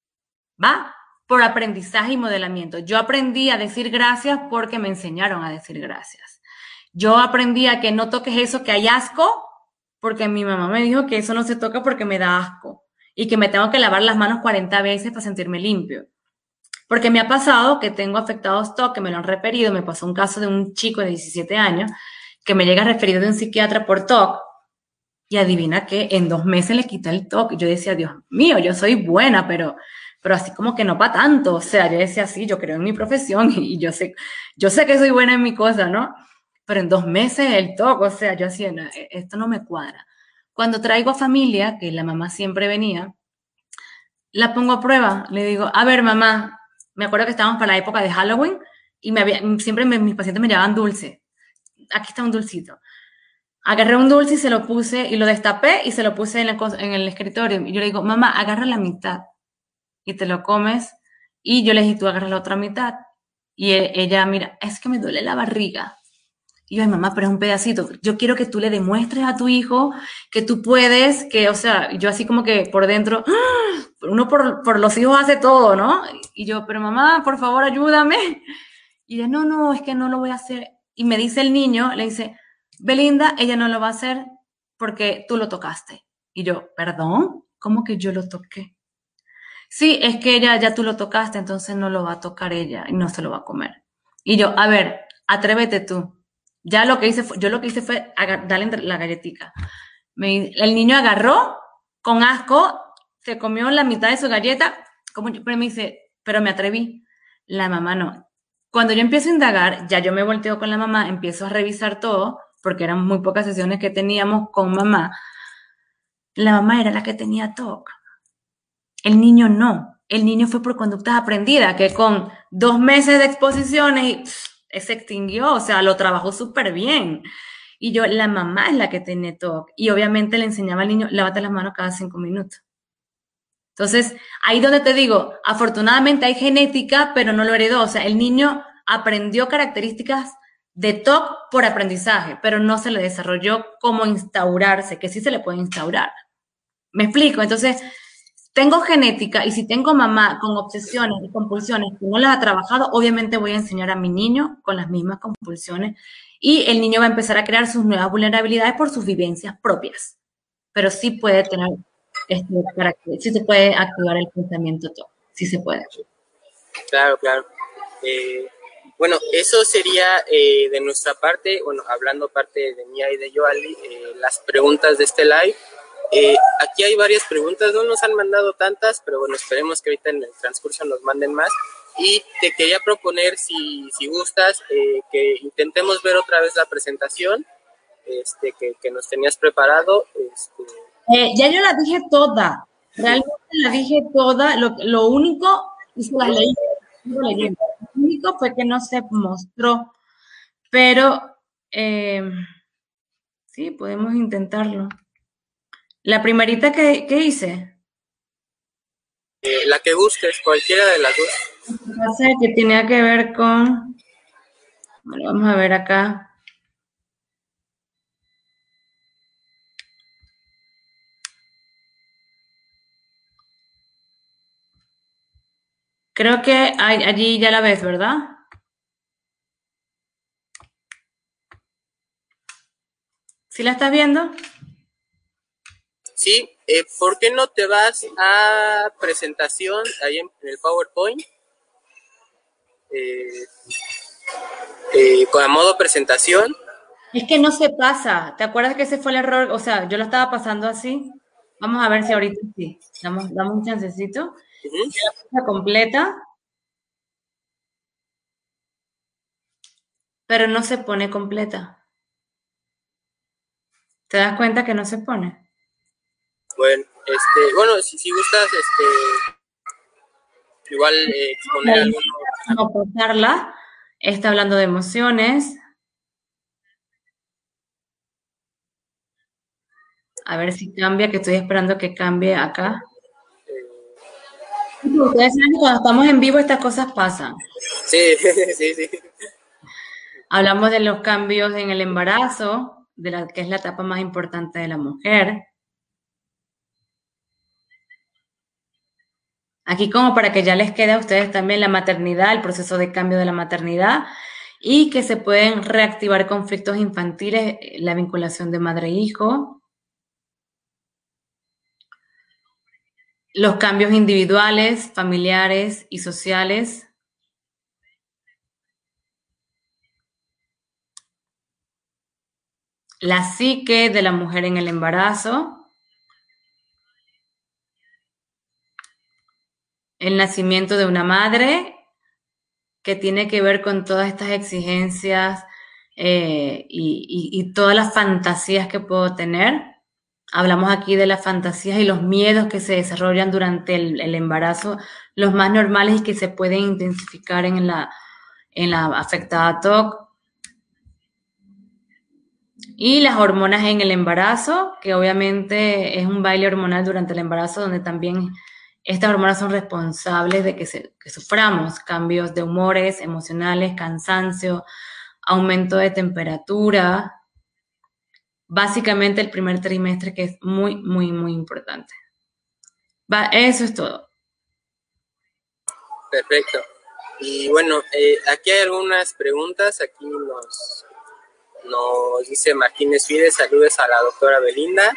[SPEAKER 3] ¿Va? Por aprendizaje y modelamiento. Yo aprendí a decir gracias porque me enseñaron a decir gracias. Yo aprendí a que no toques eso, que hay asco, porque mi mamá me dijo que eso no se toca porque me da asco y que me tengo que lavar las manos 40 veces para sentirme limpio. Porque me ha pasado que tengo afectados TOC, que me lo han referido. Me pasó un caso de un chico de 17 años que me llega referido de un psiquiatra por TOC y adivina que en 2 meses le quita el TOC. Yo decía, Dios mío, yo soy buena, pero así como que no para tanto. O sea, yo decía, sí, yo creo en mi profesión y yo sé que soy buena en mi cosa, ¿no? Pero en 2 meses el TOC, o sea, yo hacía, no, esto no me cuadra. Cuando traigo a familia, que la mamá siempre venía, la pongo a prueba. Le digo, a ver, mamá, me acuerdo que estábamos para la época de Halloween y siempre mis pacientes me llevaban dulce. Aquí está un dulcito. Agarré un dulce y se lo puse y lo destapé y se lo puse en el escritorio. Y yo le digo, mamá, agarra la mitad y te lo comes. Y yo le dije, tú agarras la otra mitad. Y ella, mira, es que me duele la barriga. Y yo, ay, mamá, pero es un pedacito. Yo quiero que tú le demuestres a tu hijo que tú puedes, que, o sea, yo así como que por dentro, ¡ah! Uno por los hijos hace todo, ¿no? Y yo, pero mamá, por favor, ayúdame. Y ella, no, no, es que no lo voy a hacer. Y me dice el niño, le dice, Belinda, ella no lo va a hacer porque tú lo tocaste. Y yo, perdón, ¿cómo que yo lo toqué? Sí, es que ella ya tú lo tocaste, entonces no lo va a tocar ella y no se lo va a comer. Y yo, a ver, atrévete tú. Ya lo que hice fue, yo lo que hice fue darle la galletita. El niño agarró con asco, se comió la mitad de su galleta, pero me dice, pero me atreví. La mamá no. Cuando yo empiezo a indagar, ya yo me volteo con la mamá, empiezo a revisar todo, porque eran muy pocas sesiones que teníamos con mamá. La mamá era la que tenía TOC. El niño no. El niño fue por conductas aprendidas, que con 2 meses de exposiciones se extinguió, o sea, lo trabajó súper bien. Y yo, la mamá es la que tiene TOC. Y obviamente le enseñaba al niño, lávate las manos cada 5 minutos. Entonces, ahí donde te digo, afortunadamente hay genética, pero no lo heredó. O sea, el niño aprendió características de TOC por aprendizaje, pero no se le desarrolló cómo instaurarse, que sí se le puede instaurar. ¿Me explico? Entonces, tengo genética y si tengo mamá con obsesiones y compulsiones que no las ha trabajado, obviamente voy a enseñar a mi niño con las mismas compulsiones y el niño va a empezar a crear sus nuevas vulnerabilidades por sus vivencias propias. Pero sí puede tener sí se puede activar el pensamiento todo, sí se puede.
[SPEAKER 2] Claro, claro. Bueno, eso sería de nuestra parte, bueno, hablando parte de Mía y de Yoali, las preguntas de este live. Aquí hay varias preguntas, no nos han mandado tantas, pero bueno, esperemos que ahorita en el transcurso nos manden más. Y te quería proponer, si gustas, que intentemos ver otra vez la presentación que nos tenías preparado.
[SPEAKER 3] Ya yo la dije toda, realmente la dije toda, lo único, y se las leí, lo único fue que no se mostró, pero sí, podemos intentarlo. La primerita que hice.
[SPEAKER 2] La que gustes, cualquiera de las dos.
[SPEAKER 3] Que tenía que ver con, bueno, vamos a ver acá. Creo que allí ya la ves, ¿verdad? ¿Sí la estás viendo?
[SPEAKER 2] Sí, ¿por qué no te vas a presentación ahí en el PowerPoint? Con a modo presentación.
[SPEAKER 3] Es que no se pasa. ¿Te acuerdas que ese fue el error? O sea, yo lo estaba pasando así. Vamos a ver si ahorita sí. Damos un chancecito. La completa. Pero no se pone completa. ¿Te das cuenta que no se pone?
[SPEAKER 2] Bueno, bueno, si gustas, igual exponer alguno.
[SPEAKER 3] Vamos a pasarla. Está hablando de emociones. A ver si cambia, que estoy esperando que cambie acá. Ustedes saben que cuando estamos en vivo estas cosas pasan.
[SPEAKER 2] Sí, sí, sí.
[SPEAKER 3] Hablamos de los cambios en el embarazo, que es la etapa más importante de la mujer. Aquí como para que ya les quede a ustedes también la maternidad, el proceso de cambio de la maternidad y que se pueden reactivar conflictos infantiles, la vinculación de madre-hijo, los cambios individuales, familiares y sociales, la psique de la mujer en el embarazo, el nacimiento de una madre, que tiene que ver con todas estas exigencias y todas las fantasías que puedo tener. Hablamos aquí de las fantasías y los miedos que se desarrollan durante el embarazo, los más normales y que se pueden intensificar en la afectada TOC. Y las hormonas en el embarazo, que obviamente es un baile hormonal durante el embarazo, donde también estas hormonas son responsables de que suframos cambios de humores, emocionales, cansancio, aumento de temperatura. Básicamente el primer trimestre, que es muy, muy, muy importante. Eso es todo.
[SPEAKER 2] Perfecto. Y bueno, aquí hay algunas preguntas. Aquí nos dice Martínez Fides, saludos a la doctora Belinda.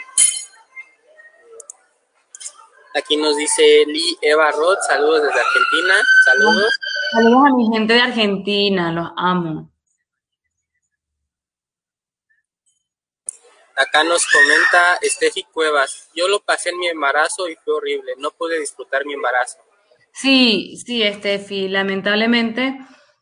[SPEAKER 2] Aquí nos dice Lee Eva Roth, saludos desde Argentina. Saludos.
[SPEAKER 3] Saludos a mi gente de Argentina, los amo.
[SPEAKER 2] Acá nos comenta Steffi Cuevas, yo lo pasé en mi embarazo y fue horrible, no pude disfrutar mi embarazo.
[SPEAKER 3] Sí, Steffi, lamentablemente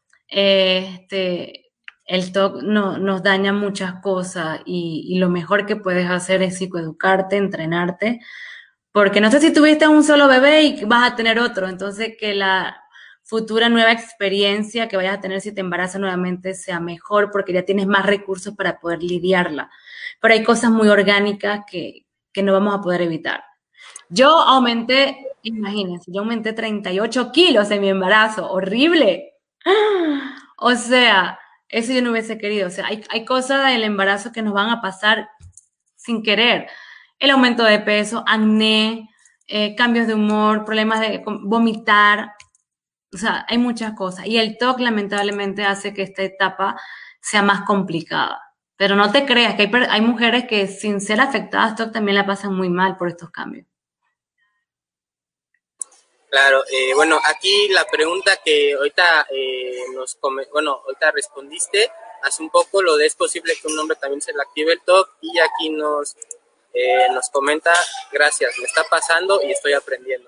[SPEAKER 3] el TOC nos daña muchas cosas y lo mejor que puedes hacer es psicoeducarte, entrenarte, porque no sé si tuviste un solo bebé y vas a tener otro, entonces que la futura nueva experiencia que vayas a tener si te embarazas nuevamente sea mejor porque ya tienes más recursos para poder lidiarla. Pero hay cosas muy orgánicas que no vamos a poder evitar. Yo aumenté, imagínense, yo aumenté 38 kilos en mi embarazo, horrible. O sea, eso yo no hubiese querido. O sea, hay cosas del embarazo que nos van a pasar sin querer. El aumento de peso, acné, cambios de humor, problemas de vomitar. O sea, hay muchas cosas. Y el TOC lamentablemente hace que esta etapa sea más complicada. Pero no te creas que hay mujeres que sin ser afectadas TOC también la pasan muy mal por estos cambios.
[SPEAKER 2] Claro, bueno, aquí la pregunta que ahorita ahorita respondiste hace un poco, lo de es posible que un hombre también se le active el TOC, y aquí nos comenta, gracias, me está pasando y estoy aprendiendo.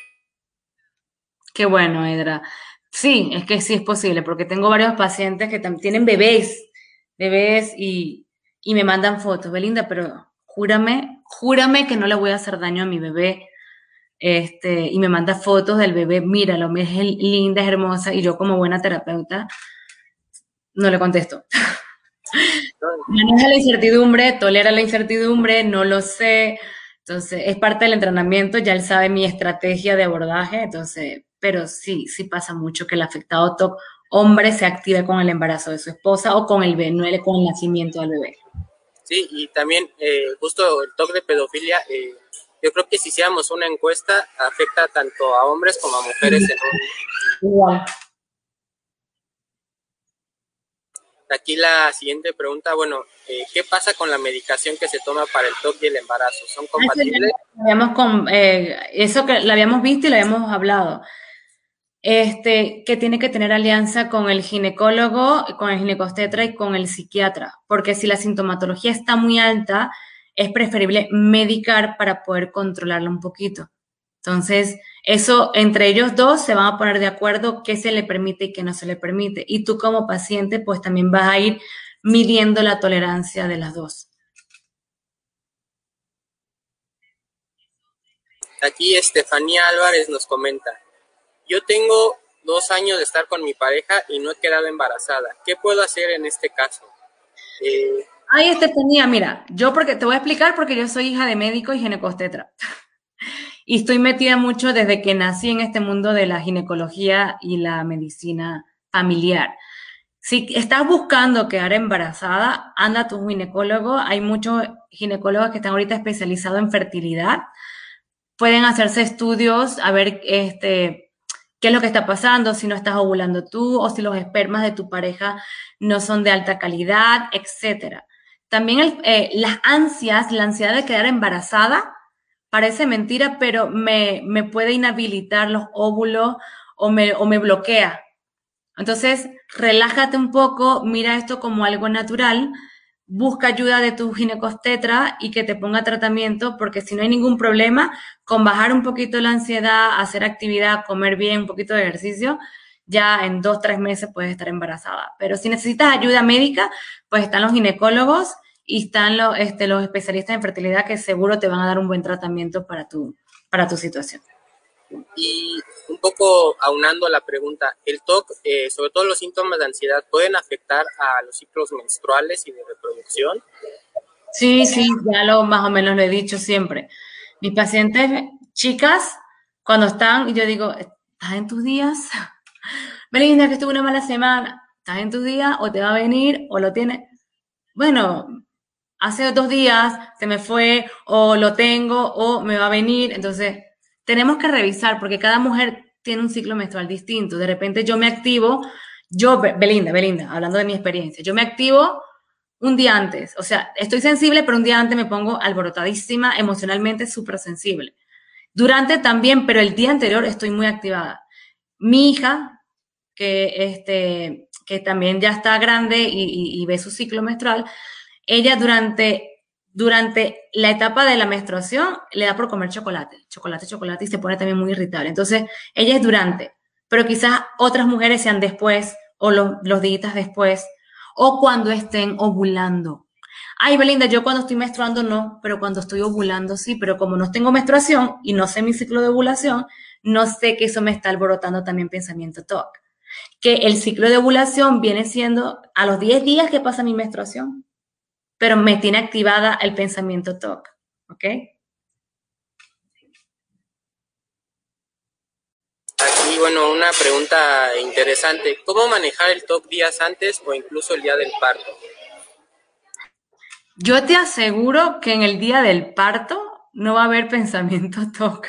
[SPEAKER 3] Qué bueno, Edra. Sí, es que sí es posible, porque tengo varios pacientes que tienen bebés y me mandan fotos. Belinda, pero júrame que no le voy a hacer daño a mi bebé. Y me manda fotos del bebé, míralo, es linda, es hermosa, y yo como buena terapeuta no le contesto. Maneja la incertidumbre, tolera la incertidumbre, no lo sé. Entonces, es parte del entrenamiento, ya él sabe mi estrategia de abordaje, entonces, pero sí pasa mucho que el afectado TOC hombre se active con el embarazo de su esposa o con el bebé, con el nacimiento del bebé.
[SPEAKER 2] Sí, y también justo el TOC de pedofilia, yo creo que si hiciéramos una encuesta, afecta tanto a hombres como a mujeres.
[SPEAKER 3] Igual.
[SPEAKER 2] Aquí la siguiente pregunta, bueno, ¿qué pasa con la medicación que se toma para el TOC y el embarazo? ¿Son compatibles?
[SPEAKER 3] Eso que lo habíamos visto y lo habíamos hablado. Que tiene que tener alianza con el ginecólogo, con el ginecostetra y con el psiquiatra, porque si la sintomatología está muy alta, es preferible medicar para poder controlarla un poquito. Entonces, eso, entre ellos dos se van a poner de acuerdo qué se le permite y qué no se le permite. Y tú como paciente, pues también vas a ir midiendo la tolerancia de las dos.
[SPEAKER 2] Aquí Estefanía Álvarez nos comenta, yo tengo 2 años de estar con mi pareja y no he quedado embarazada. ¿Qué puedo hacer en este caso?
[SPEAKER 3] Ay, Estefanía, mira, te voy a explicar porque yo soy hija de médico y ginecostetra. y estoy metida mucho desde que nací en este mundo de la ginecología y la medicina familiar. Si estás buscando quedar embarazada, anda a tu ginecólogo. Hay muchos ginecólogos que están ahorita especializados en fertilidad. Pueden hacerse estudios a ver qué es lo que está pasando, si no estás ovulando tú o si los espermas de tu pareja no son de alta calidad, etcétera. También las ansias, la ansiedad de quedar embarazada, parece mentira, pero me puede inhabilitar los óvulos o me bloquea. Entonces, relájate un poco, mira esto como algo natural, busca ayuda de tu ginecostetra y que te ponga tratamiento, porque si no hay ningún problema, con bajar un poquito la ansiedad, hacer actividad, comer bien, un poquito de ejercicio, ya en 2, 3 meses puedes estar embarazada. Pero si necesitas ayuda médica, pues están los ginecólogos y están los especialistas en fertilidad que seguro te van a dar un buen tratamiento para tu situación.
[SPEAKER 2] Y un poco aunando a la pregunta, ¿el TOC, sobre todo los síntomas de ansiedad, pueden afectar a los ciclos menstruales y de reproducción?
[SPEAKER 3] Sí, ya más o menos lo he dicho siempre. Mis pacientes chicas, cuando están, y yo digo, ¿estás en tus días? Belinda, que estuve una mala semana. ¿Estás en tus días o te va a venir o lo tienes? Bueno, hace 2 días se me fue o lo tengo o me va a venir. Entonces, tenemos que revisar porque cada mujer tiene un ciclo menstrual distinto. De repente yo me activo, Belinda, hablando de mi experiencia, yo me activo un día antes. O sea, estoy sensible, pero un día antes me pongo alborotadísima, emocionalmente súper sensible. Durante también, pero el día anterior estoy muy activada. Mi hija, que también ya está grande y ve su ciclo menstrual, ella durante la etapa de la menstruación le da por comer chocolate, y se pone también muy irritable. Entonces, ella es durante, pero quizás otras mujeres sean después o los días después o cuando estén ovulando. Ay, Belinda, yo cuando estoy menstruando no, pero cuando estoy ovulando sí, pero como no tengo menstruación y no sé mi ciclo de ovulación, no sé que eso me está alborotando también pensamiento TOC. Que el ciclo de ovulación viene siendo a los 10 días que pasa mi menstruación, pero me tiene activada el pensamiento TOC, ¿ok?
[SPEAKER 2] Aquí, bueno, una pregunta interesante. ¿Cómo manejar el TOC días antes o incluso el día del parto?
[SPEAKER 3] Yo te aseguro que en el día del parto no va a haber pensamiento TOC.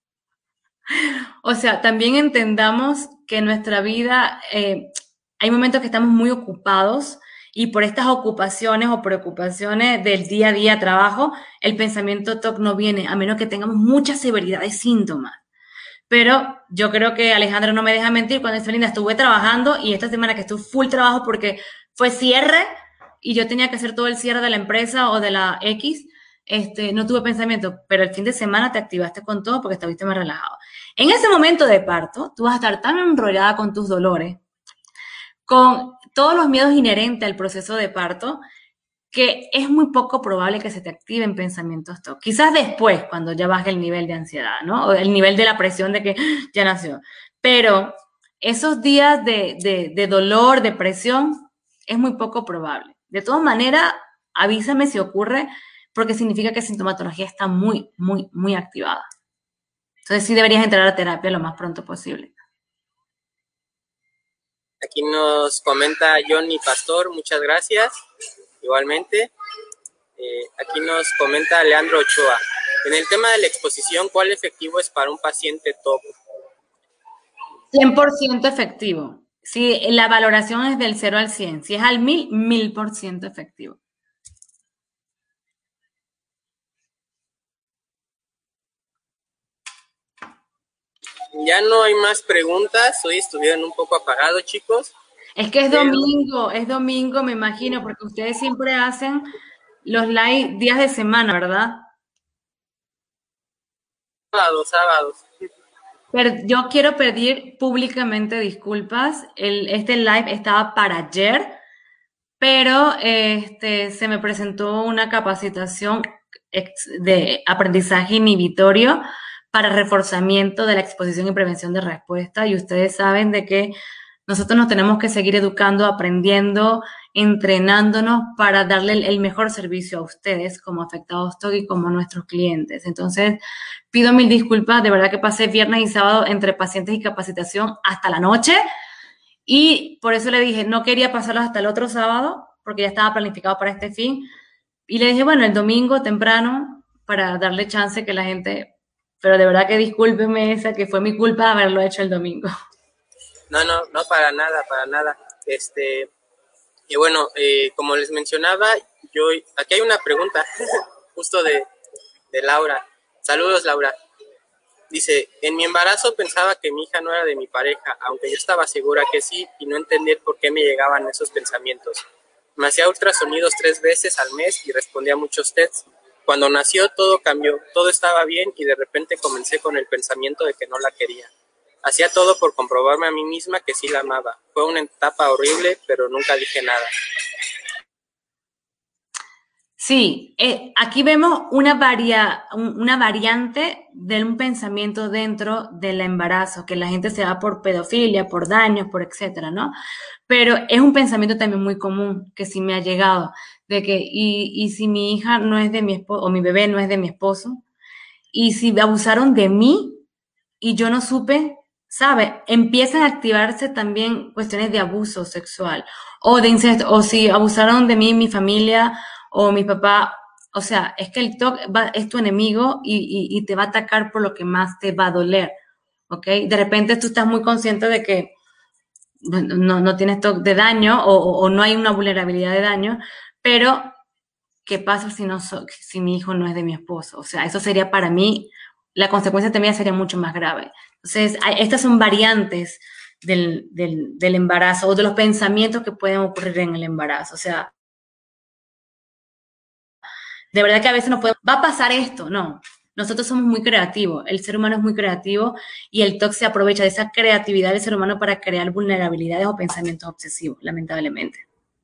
[SPEAKER 3] O sea, también entendamos que en nuestra vida hay momentos que estamos muy ocupados y por estas ocupaciones o preocupaciones del día a día trabajo, el pensamiento TOC no viene, a menos que tengamos mucha severidad de síntomas. Pero yo creo que Alejandra no me deja mentir cuando dice, Linda, estuve trabajando y esta semana que estuve full trabajo porque fue cierre y yo tenía que hacer todo el cierre de la empresa o de la X, no tuve pensamiento, pero el fin de semana te activaste con todo porque estuviste más relajado. En ese momento de parto, tú vas a estar tan enrollada con tus dolores, con todos los miedos inherentes al proceso de parto, que es muy poco probable que se te activen pensamientos TOC. Quizás después, cuando ya baje el nivel de ansiedad, ¿no? O el nivel de la presión de que ya nació. Pero esos días de dolor, de presión, es muy poco probable. De todas maneras, avísame si ocurre, porque significa que la sintomatología está muy, muy, muy activada. Entonces sí deberías entrar a terapia lo más pronto posible.
[SPEAKER 2] Aquí nos comenta Johnny Pastor, muchas gracias. Igualmente, aquí nos comenta Leandro Ochoa. En el tema de la exposición, ¿cuál efectivo es para un paciente TOC?
[SPEAKER 3] 100% efectivo. Si la valoración es del 0 al 100, si es al 1000, 1000% efectivo.
[SPEAKER 2] Ya no hay más preguntas. Hoy estuvieron un poco apagados, chicos.
[SPEAKER 3] Es que es domingo, me imagino, porque ustedes siempre hacen los live días de semana, ¿verdad?
[SPEAKER 2] Sábados.
[SPEAKER 3] Pero yo quiero pedir públicamente disculpas. Este live estaba para ayer, pero se me presentó una capacitación de aprendizaje inhibitorio para reforzamiento de la exposición y prevención de respuesta. Y ustedes saben de que Nosotros nos tenemos que seguir educando, aprendiendo, entrenándonos para darle el mejor servicio a ustedes como afectados TOC y como nuestros clientes. Entonces, pido mil disculpas, de verdad que pasé viernes y sábado entre pacientes y capacitación hasta la noche y por eso le dije, no quería pasarlo hasta el otro sábado porque ya estaba planificado para este fin y le dije, bueno, el domingo temprano para darle chance que la gente, pero de verdad que discúlpeme esa, que fue mi culpa haberlo hecho el domingo.
[SPEAKER 2] No, para nada, para nada. Y bueno, como les mencionaba, aquí hay una pregunta justo de Laura. Saludos, Laura. Dice, en mi embarazo pensaba que mi hija no era de mi pareja, aunque yo estaba segura que sí, y no entendía por qué me llegaban esos pensamientos. Me hacía ultrasonidos 3 veces al mes y respondía a muchos tests. Cuando nació todo cambió, todo estaba bien y de repente comencé con el pensamiento de que no la quería. Hacía todo por comprobarme a mí misma que sí la amaba. Fue una etapa horrible, pero nunca dije nada.
[SPEAKER 3] Sí, aquí vemos una variante de un pensamiento dentro del embarazo, que la gente se va por pedofilia, por daños, por etcétera, ¿no? Pero es un pensamiento también muy común que sí me ha llegado, de que, y si mi hija no es de mi esposo, o mi bebé no es de mi esposo, y si abusaron de mí y yo no supe, ¿sabe? Empiezan a activarse también cuestiones de abuso sexual o de incesto, o si abusaron de mí, mi familia o mi papá. O sea, es que el TOC es tu enemigo y te va a atacar por lo que más te va a doler, ¿ok? De repente tú estás muy consciente de que no tienes TOC de daño o no hay una vulnerabilidad de daño, pero ¿qué pasa si mi hijo no es de mi esposo? O sea, eso sería para mí, la consecuencia también sería mucho más grave. Entonces, estas son variantes del embarazo o de los pensamientos que pueden ocurrir en el embarazo. O sea, de verdad que a veces va a pasar esto, no. Nosotros somos muy creativos, el ser humano es muy creativo y el TOC se aprovecha de esa creatividad del ser humano para crear vulnerabilidades o pensamientos obsesivos, lamentablemente.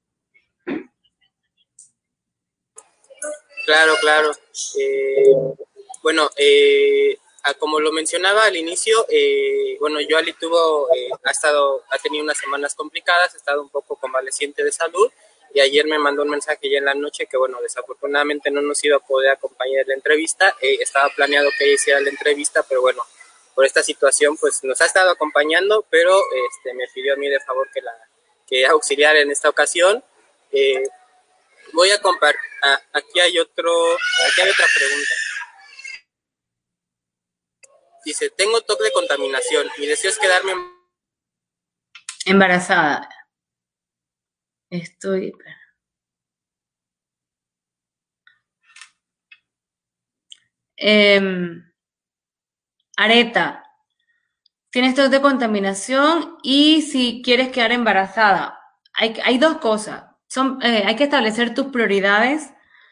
[SPEAKER 2] Claro. Bueno, como lo mencionaba al inicio, bueno, Yoali ha tenido unas semanas complicadas, ha estado un poco convaleciente de salud y ayer me mandó un mensaje ya en la noche que, bueno, desafortunadamente no nos iba a poder acompañar en la entrevista. Estaba planeado que ella hiciera la entrevista, pero bueno, por esta situación pues nos ha estado acompañando, pero me pidió a mí de favor que auxiliar en esta ocasión. Voy a compartir. Aquí hay otra pregunta. Dice, tengo TOC de contaminación. Mi deseo es quedarme
[SPEAKER 3] embarazada. Areta, tienes TOC de contaminación y si quieres quedar embarazada, hay dos cosas. Hay que establecer tus prioridades.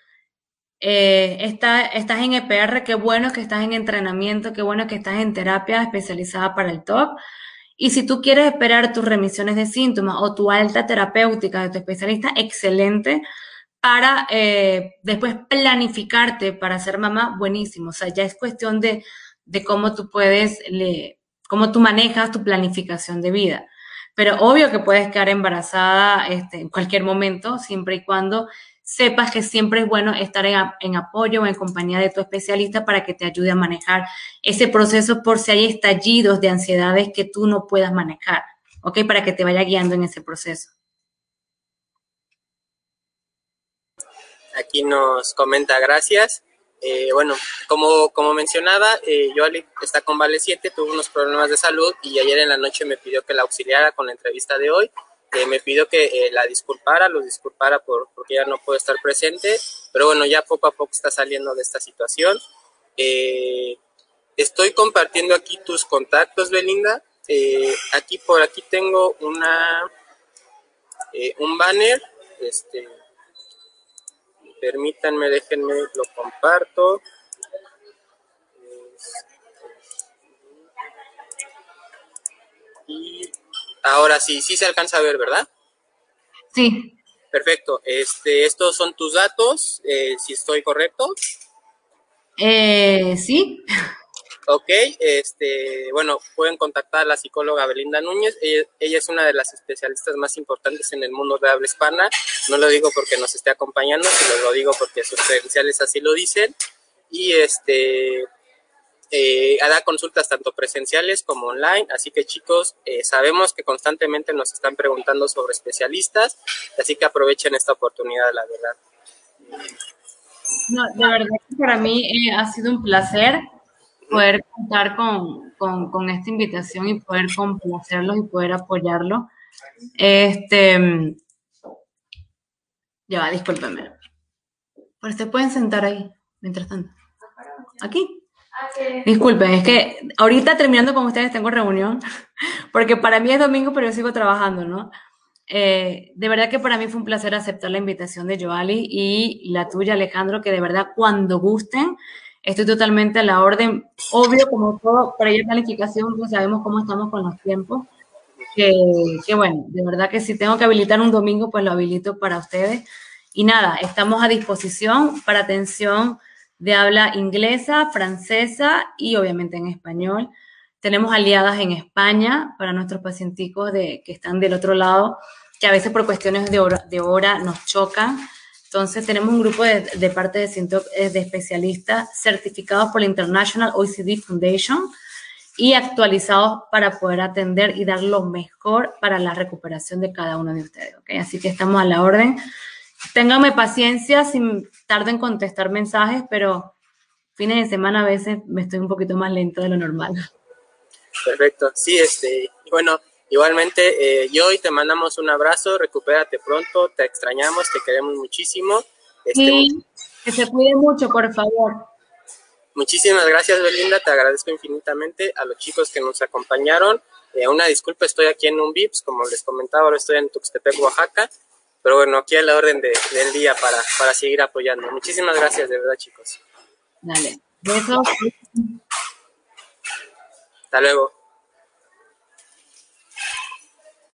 [SPEAKER 3] Estás en EPR, qué bueno que estás en entrenamiento, qué bueno que estás en terapia especializada para el TOC. Y si tú quieres esperar tus remisiones de síntomas o tu alta terapéutica de tu especialista, excelente. Para después planificarte para ser mamá, buenísimo. O sea, ya es cuestión de cómo tú cómo tú manejas tu planificación de vida. Pero obvio que puedes quedar embarazada en cualquier momento, siempre y cuando sepas que siempre es bueno estar en apoyo o en compañía de tu especialista para que te ayude a manejar ese proceso por si hay estallidos de ansiedades que tú no puedas manejar, ¿ok? Para que te vaya guiando en ese proceso.
[SPEAKER 2] Aquí nos comenta, gracias. Bueno, como mencionaba, Yoali está convaleciente, tuvo unos problemas de salud y ayer en la noche me pidió que la auxiliara con la entrevista de hoy. Me pidió que los disculpara porque ya no puede estar presente, pero bueno, ya poco a poco está saliendo de esta situación. Estoy compartiendo aquí tus contactos, Belinda. Por aquí tengo un banner. Permítanme, déjenme, lo comparto. Y ahora sí se alcanza a ver, ¿verdad?
[SPEAKER 3] Sí.
[SPEAKER 2] Perfecto. Estos son tus datos, si estoy correcto.
[SPEAKER 3] Sí.
[SPEAKER 2] Ok, bueno, pueden contactar a la psicóloga Belinda Núñez. Ella es una de las especialistas más importantes en el mundo de habla hispana. No lo digo porque nos esté acompañando, sino lo digo porque sus credenciales así lo dicen. Y da consultas tanto presenciales como online. Así que, chicos, sabemos que constantemente nos están preguntando sobre especialistas, así que aprovechen esta oportunidad, la verdad.
[SPEAKER 3] No, de verdad que para mí ha sido un placer poder contar con esta invitación y poder complacerlos y poder apoyarlos. Ya va, discúlpenme. Pero se pueden sentar ahí, mientras tanto. Aquí. Disculpen, es que ahorita terminando con ustedes tengo reunión, porque para mí es domingo, pero yo sigo trabajando, ¿no? De verdad que para mí fue un placer aceptar la invitación de Joali y la tuya, Alejandro, que de verdad cuando gusten, estoy totalmente a la orden. Obvio, como todo, para ir a planificación, pues sabemos cómo estamos con los tiempos. Que bueno, de verdad que si tengo que habilitar un domingo, pues lo habilito para ustedes. Y nada, estamos a disposición para atención de habla inglesa, francesa y obviamente en español. Tenemos aliadas en España para nuestros pacienticos que están del otro lado, que a veces por cuestiones de hora nos chocan. Entonces tenemos un grupo de parte de Cintoc de especialistas certificados por la International OECD Foundation y actualizados para poder atender y dar lo mejor para la recuperación de cada uno de ustedes, ¿ok? Así que estamos a la orden. Ténganme paciencia si tardo en contestar mensajes, pero fines de semana a veces me estoy un poquito más lento de lo normal.
[SPEAKER 2] Perfecto. Sí, bueno, igualmente, yo hoy te mandamos un abrazo, recupérate pronto, te extrañamos, te queremos muchísimo.
[SPEAKER 3] Sí, que se cuide mucho, por favor.
[SPEAKER 2] Muchísimas gracias, Belinda, te agradezco infinitamente. A los chicos que nos acompañaron, una disculpa, estoy aquí en un VIPS, como les comentaba, ahora estoy en Tuxtepec, Oaxaca, pero bueno, aquí a la orden del día para seguir apoyando. Muchísimas gracias, de verdad, chicos.
[SPEAKER 3] Dale, besos.
[SPEAKER 2] Hasta luego.